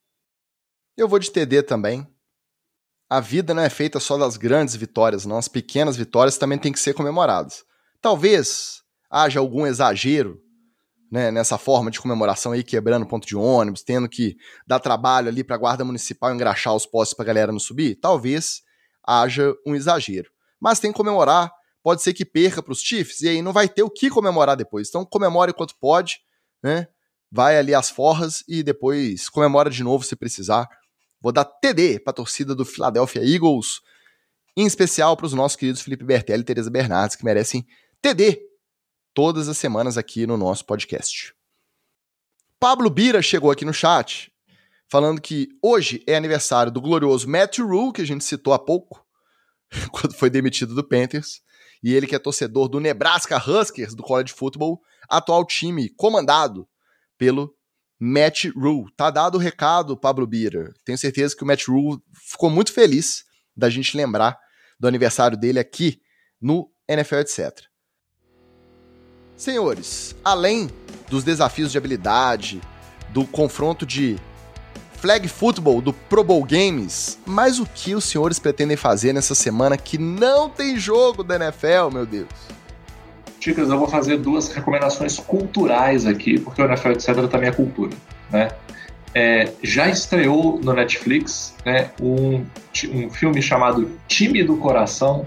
Eu vou de T D também. A vida não é feita só das grandes vitórias, não. As pequenas vitórias também têm que ser comemoradas. Talvez haja algum exagero, né, nessa forma de comemoração aí, quebrando ponto de ônibus, tendo que dar trabalho ali para a guarda municipal engraxar os postes para a galera não subir. Talvez haja um exagero. Mas tem que comemorar. Pode ser que perca para os Chiefs e aí não vai ter o que comemorar depois. Então comemore enquanto pode, né? Vai ali às forras e depois comemora de novo se precisar. Vou dar T D para a torcida do Philadelphia Eagles, em especial para os nossos queridos Felipe Bertelli e Tereza Bernardes, que merecem T D todas as semanas aqui no nosso podcast. Pablo Bira chegou aqui no chat, falando que hoje é aniversário do glorioso Matthew Rule, que a gente citou há pouco, quando foi demitido do Panthers, e ele que é torcedor do Nebraska Huskers, do college football, atual time comandado pelo Matt Rule. Tá dado o recado, Pablo Bira. Tenho certeza que o Matt Rule ficou muito feliz da gente lembrar do aniversário dele aqui no N F L, etcétera. Senhores, além dos desafios de habilidade, do confronto de flag football do Pro Bowl Games, mas o que os senhores pretendem fazer nessa semana que não tem jogo da N F L, meu Deus? Chicas, eu vou fazer duas recomendações culturais aqui, porque o N F L, etcétera também é cultura, né? É, já estreou no Netflix, né, um, um filme chamado Time do Coração.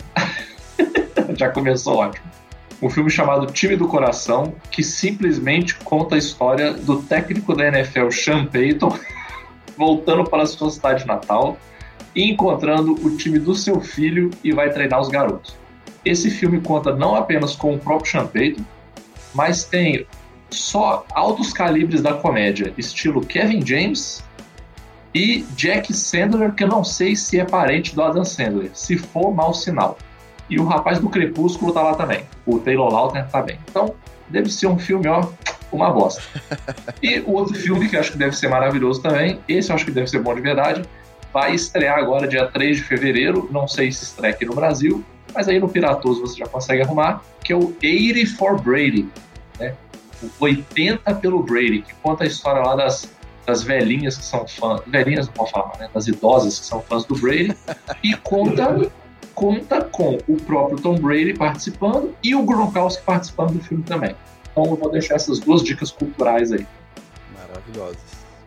Já começou ótimo. Um filme chamado Time do Coração, que simplesmente conta a história do técnico da N F L, Sean Payton, voltando para a sua cidade natal e encontrando o time do seu filho e vai treinar os garotos. Esse filme conta não apenas com o próprio Sean Payton, mas tem só altos calibres da comédia, estilo Kevin James e Jack Sandler, que eu não sei se é parente do Adam Sandler. Se for, mau sinal. E o rapaz do Crepúsculo tá lá também. O Taylor Lautner tá bem. Então, deve ser um filme, ó, uma bosta. E o outro filme que eu acho que deve ser maravilhoso também, esse eu acho que deve ser bom de verdade, vai estrear agora dia três de fevereiro, não sei se estreia aqui no Brasil, mas aí no Piratoso você já consegue arrumar, que é o oitenta for Brady, né? O oitenta pelo Brady, que conta a história lá das, das velhinhas que são fãs, velhinhas não posso falar, né? Das idosas que são fãs do Brady, e conta, conta com o próprio Tom Brady participando e o Gronkowski participando do filme também. Então eu vou deixar essas duas dicas culturais aí. Maravilhosas.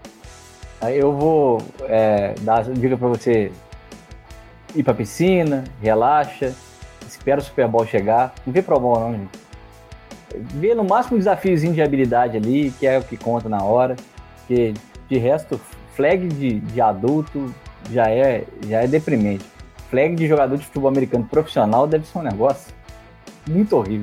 Aí eu vou é, dar a dica para você ir pra piscina, relaxa, espera o Super Bowl chegar. Não vê problema não, gente. Vê no máximo um desafiozinho de habilidade ali, que é o que conta na hora. Porque de resto, flag de, de adulto já é, já é deprimente. Flag de jogador de futebol americano profissional deve ser um negócio muito horrível.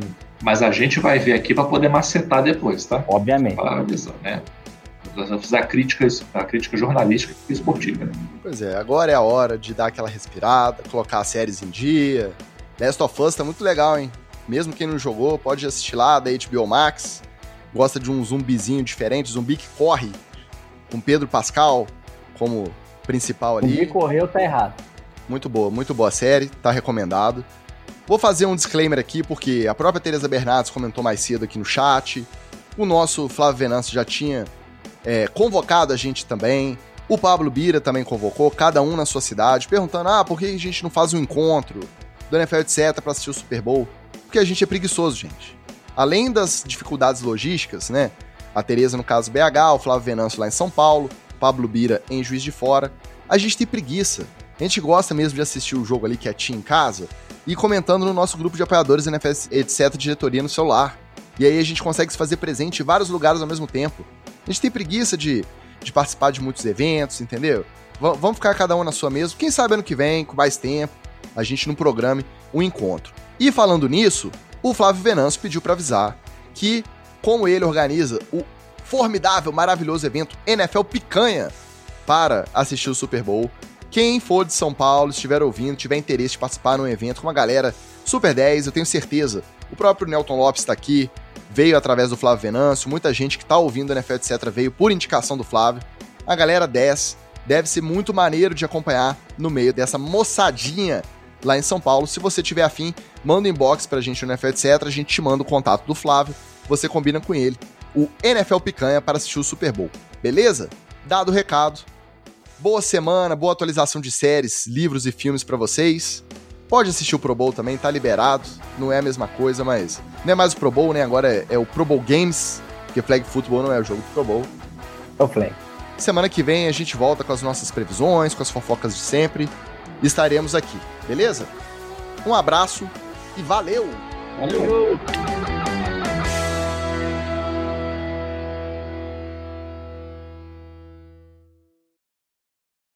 Mas a gente vai ver aqui para poder macetar depois, tá? Obviamente. Para avisar, né? Nós vamos fazer a crítica, a crítica jornalística e esportiva, né? Pois é, agora é a hora de dar aquela respirada, colocar as séries em dia. Last of Us tá muito legal, hein? Mesmo quem não jogou, pode assistir lá da H B O Max. Gosta de um zumbizinho diferente, zumbi que corre, com Pedro Pascal como principal ali. Zumbi correu, tá errado. Muito boa, muito boa série, tá recomendado. Vou fazer um disclaimer aqui, porque a própria Tereza Bernardes comentou mais cedo aqui no chat. O nosso Flávio Venâncio já tinha é, convocado a gente também. O Pablo Bira também convocou, cada um na sua cidade, perguntando, ah, por que a gente não faz um encontro do N F L, etcétera, pra assistir o Super Bowl? Porque a gente é preguiçoso, gente. Além das dificuldades logísticas, né? A Tereza, no caso, B H, o Flávio Venâncio lá em São Paulo, Pablo Bira em Juiz de Fora. A gente tem preguiça. A gente gosta mesmo de assistir o jogo ali quietinho em casa e comentando no nosso grupo de apoiadores N F L, etcétera, diretoria no celular. E aí a gente consegue se fazer presente em vários lugares ao mesmo tempo. A gente tem preguiça de, de participar de muitos eventos, entendeu? V- vamos ficar cada um na sua mesa. Quem sabe ano que vem, com mais tempo, a gente não programe um encontro. E falando nisso, o Flávio Venâncio pediu para avisar que, como ele organiza o formidável, maravilhoso evento N F L Picanha para assistir o Super Bowl, quem for de São Paulo, estiver ouvindo, tiver interesse de participar num evento com uma galera super dez, eu tenho certeza. O próprio Nelton Lopes está aqui, veio através do Flávio Venâncio, muita gente que está ouvindo o N F L, etcétera, veio por indicação do Flávio. A galera dez deve ser muito maneiro de acompanhar no meio dessa moçadinha lá em São Paulo. Se você tiver afim, manda um inbox pra gente no N F L, etcétera, a gente te manda o contato do Flávio, você combina com ele o N F L Picanha para assistir o Super Bowl, beleza? Dado o recado, boa semana, boa atualização de séries, livros e filmes pra vocês. Pode assistir o Pro Bowl também, tá liberado, não é a mesma coisa, mas não é mais o Pro Bowl, né? Agora é, é o Pro Bowl Games, porque Flag Football não é o jogo do Pro Bowl. É o Flag. Semana que vem a gente volta com as nossas previsões, com as fofocas de sempre. Estaremos aqui, beleza? Um abraço e valeu! Valeu!